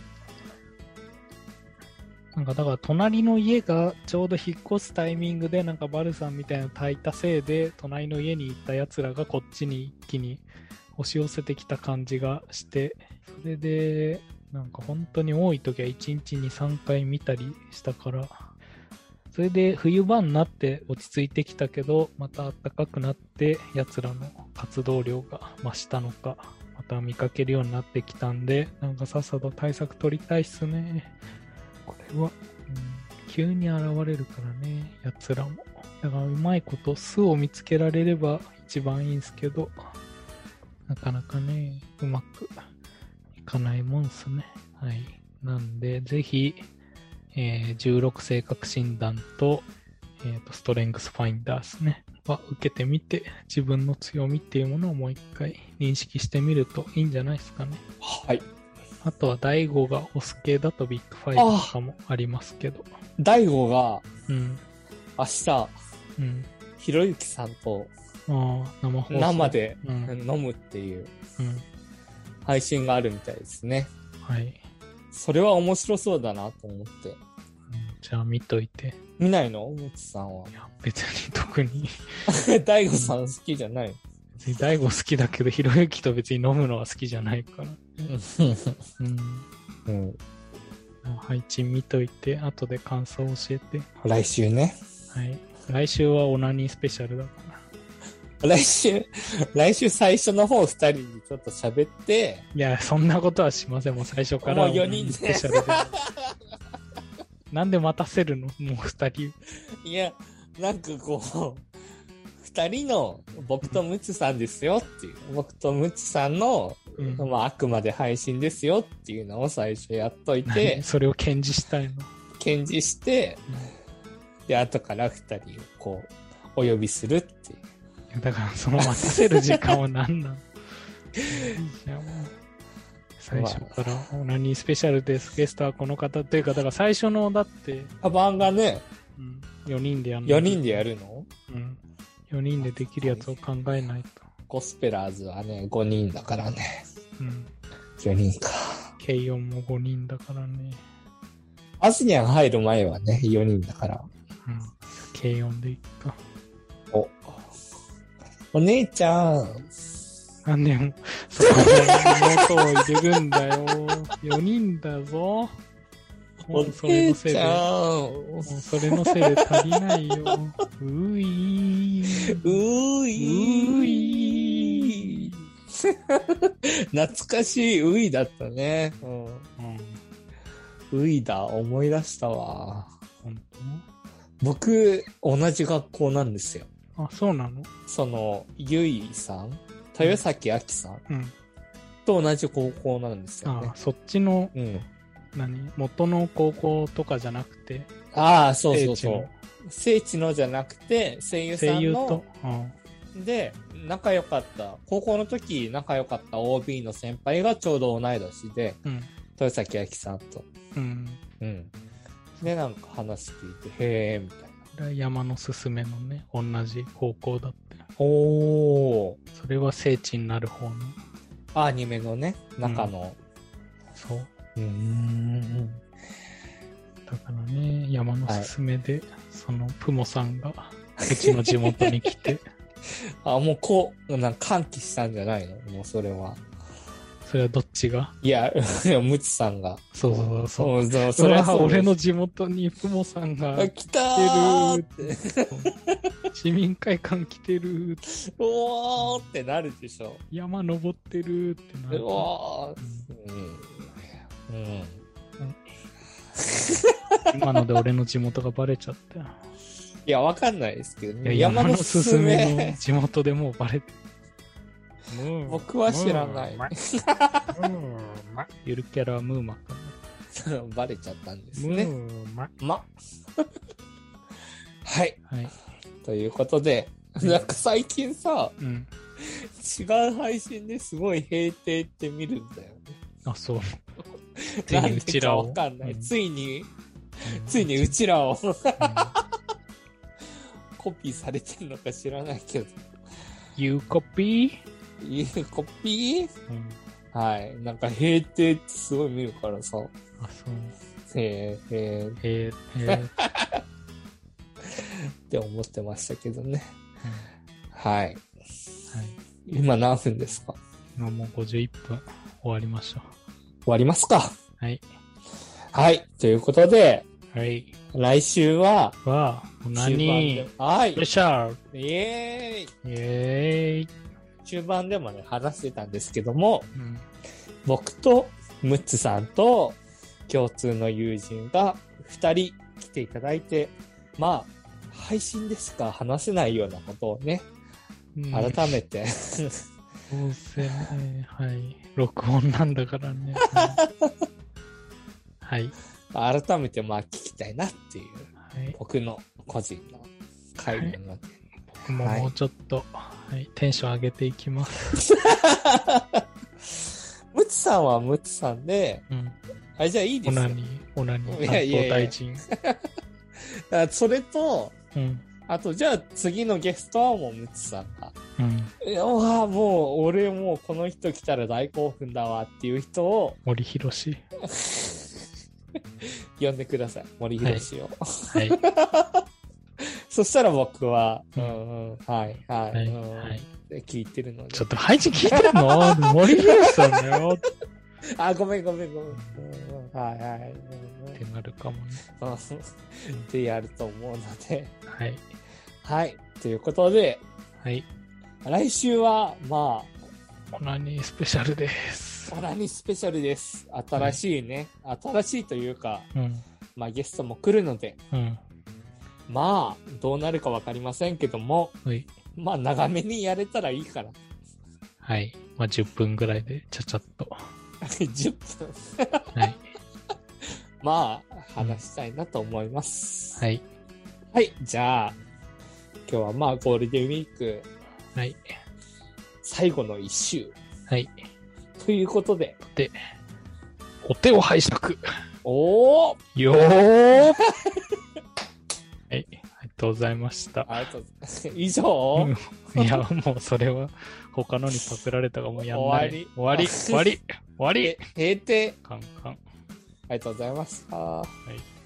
なんかだから隣の家がちょうど引っ越すタイミングでなんかバルさんみたいなの焚いたせいで隣の家に行った奴らがこっちに一気に押し寄せてきた感じがして、それでなんか本当に多い時は1日に3回見たりしたから、それで冬場になって落ち着いてきたけど、また暖かくなって奴らの活動量が増したのか、また見かけるようになってきたんで、なんかさっさと対策取りたいっすね。これは、急に現れるからね、奴らも。だからうまいこと巣を見つけられれば一番いいんすけど、 なかなかね、うまくいかないもんすね。はい。なんで、ぜひ、16性格診断と、ストレングスファインダーですね。は受けてみて、自分の強みっていうものをもう一回認識してみるといいんじゃないですかね。 はい。 あとは、大悟がオス系だとビッグファイブとかもありますけど。 大悟が、 うん。 明日、 うん。 ひろゆきさんと、 生放送。 生で飲むっていう、配信があるみたいですね。 はい。 それは面白そうだなと思って。 じゃあ見といて。 見ないのむつさんは。 いや、別に特に。 大悟さん好きじゃないの？ 別に大悟好きだけど、ひろゆきと別に飲むのは好きじゃないから。うん。配置見といて、後で感想教えて。 来週ね。 はい。来週はオナニースペシャルだから。 来週最初の方2人にちょっと喋って。 いや、そんなことはしません。もう最初から。 もう4人で。スペシャルで。 なんで待たせるの？もう2人。 いや、なんかこう、2人の僕とムツさんですよっていう。僕とムツさんの、まあ、あくまで配信ですよっていうのを最初やっといて。 それを堅持したいの？ 堅持して、で、後から2人をこう、お呼びするっていう。 だから、その待たせる時間は何なの？最初からオナニースペシャルです。ゲストはこの方というか、だから最初のだって。 カバンがね、 4人でやるの。4人でやるの？ うん。4人でできるやつを考えないと。 ゴスペラーズはね、5人だからね。 うん。 4人か。 K4 も5人だからね。 アスニャン入る前はね、4人だから。 うん。K4 でいっか。 お姉ちゃん。 なんでも、そこで妹を入れるんだよ。4人だぞ。 お姉ちゃん。 もうそれのせいで足りないよ。うい。 懐かしい、ういだったね。ういだ、思い出したわ。 本当？ 僕、同じ学校なんですよ。 あ、そうなの？ その、ゆいさん、豊崎あきさん、と同じ高校なんですよね。 あ、そっちの、元の高校とかじゃなくて。 ああ、そうそうそう。聖地のじゃなくて、声優さんの。声優と。で、仲良かった、高校の時仲良かった OB の先輩がちょうど同い年で、豊崎あきさんと。で、なんか話聞いて、へーみたいな。 山のすすめのね、同じ高校だって。 おー。 それは聖地になる方の。 アニメのね、中の。 そう。だからね、山のすすめで、そのプモさんが、うちの地元に来て。 もうなんか歓喜したんじゃないの？もうそれは。 それはどっちが？ いや、ムツさんが。 そう。それは俺の地元にプモさんが来たーって。 市民会館来てるって。 おーってなるでしょ。 山登ってるってなる。 おー。 今ので俺の地元がバレちゃったよ。 いや、わかんないですけどね。 山のすすめの地元でもうバレてる。僕は知らない。 ゆるキャラはムーマかバレちゃったんですね。はい。ということで、なんか最近さ、違う配信ですごい閉廷って見るんだよね。 あ、そう。 なんでかわかんない。ついにうちらをコピーされてんのか知らないけど。 You copy? You copy? はい。なんか閉廷ってすごい見るからさ。 あ、そう。 へえ。って思ってましたけどね。はい。今何分ですか？ 今もう51分終わりましょう。 終わりますか？ はい。 はい。ということで、 はい。 来週は、 何？ はい。 スペシャル。 イエーイ。中盤でもね、話してたんですけども、僕とムッツさんと共通の友人が2人来ていただいて、まあ、配信でしか話せないようなことをね、改めてどうせね、はい。録音なんだからね。はい。 改めてまあ聞きたいなっていう、はい、僕の個人の回なので、はい、 僕ももうちょっと、はい、テンション上げていきます。 ムツさんはムツさんで、じゃあいいですよ。 オナニー担当大臣。 それと、あと、じゃあ次のゲストはもうムツさんが。いや、もう、俺もうこの人来たら大興奮だわっていう人を。 森博呼んでください。森博を。はい。そしたら僕は、はい、はい、聞いてるので。 ちょっと配置聞いてるの森博さんだよ。 ごめん。はい。 ってなるかもね。 ってやると思うので。 はい。 はい。ということで。 はい。 来週は、まあ。オナニースペシャルです。 オナニースペシャルです。新しいね。新しいというか、まあゲストも来るので。まあ、どうなるかわかりませんけども。まあ長めにやれたらいいから。 はい。まあ10分ぐらいでちゃちゃっと。 10分はい。まあ、話したいなと思います。 はい。 はい。じゃあ、今日はまあゴールデンウィーク。 はい。 最後の1週。 はい。 ということで。 お手を拝借。 おーよーはい。ありがとうございました。 ありがとうございます。以上いや、もうそれは他のにパクられたかもやんない。終わり。閉廷。 ありがとうございました。 カンカン。 はい。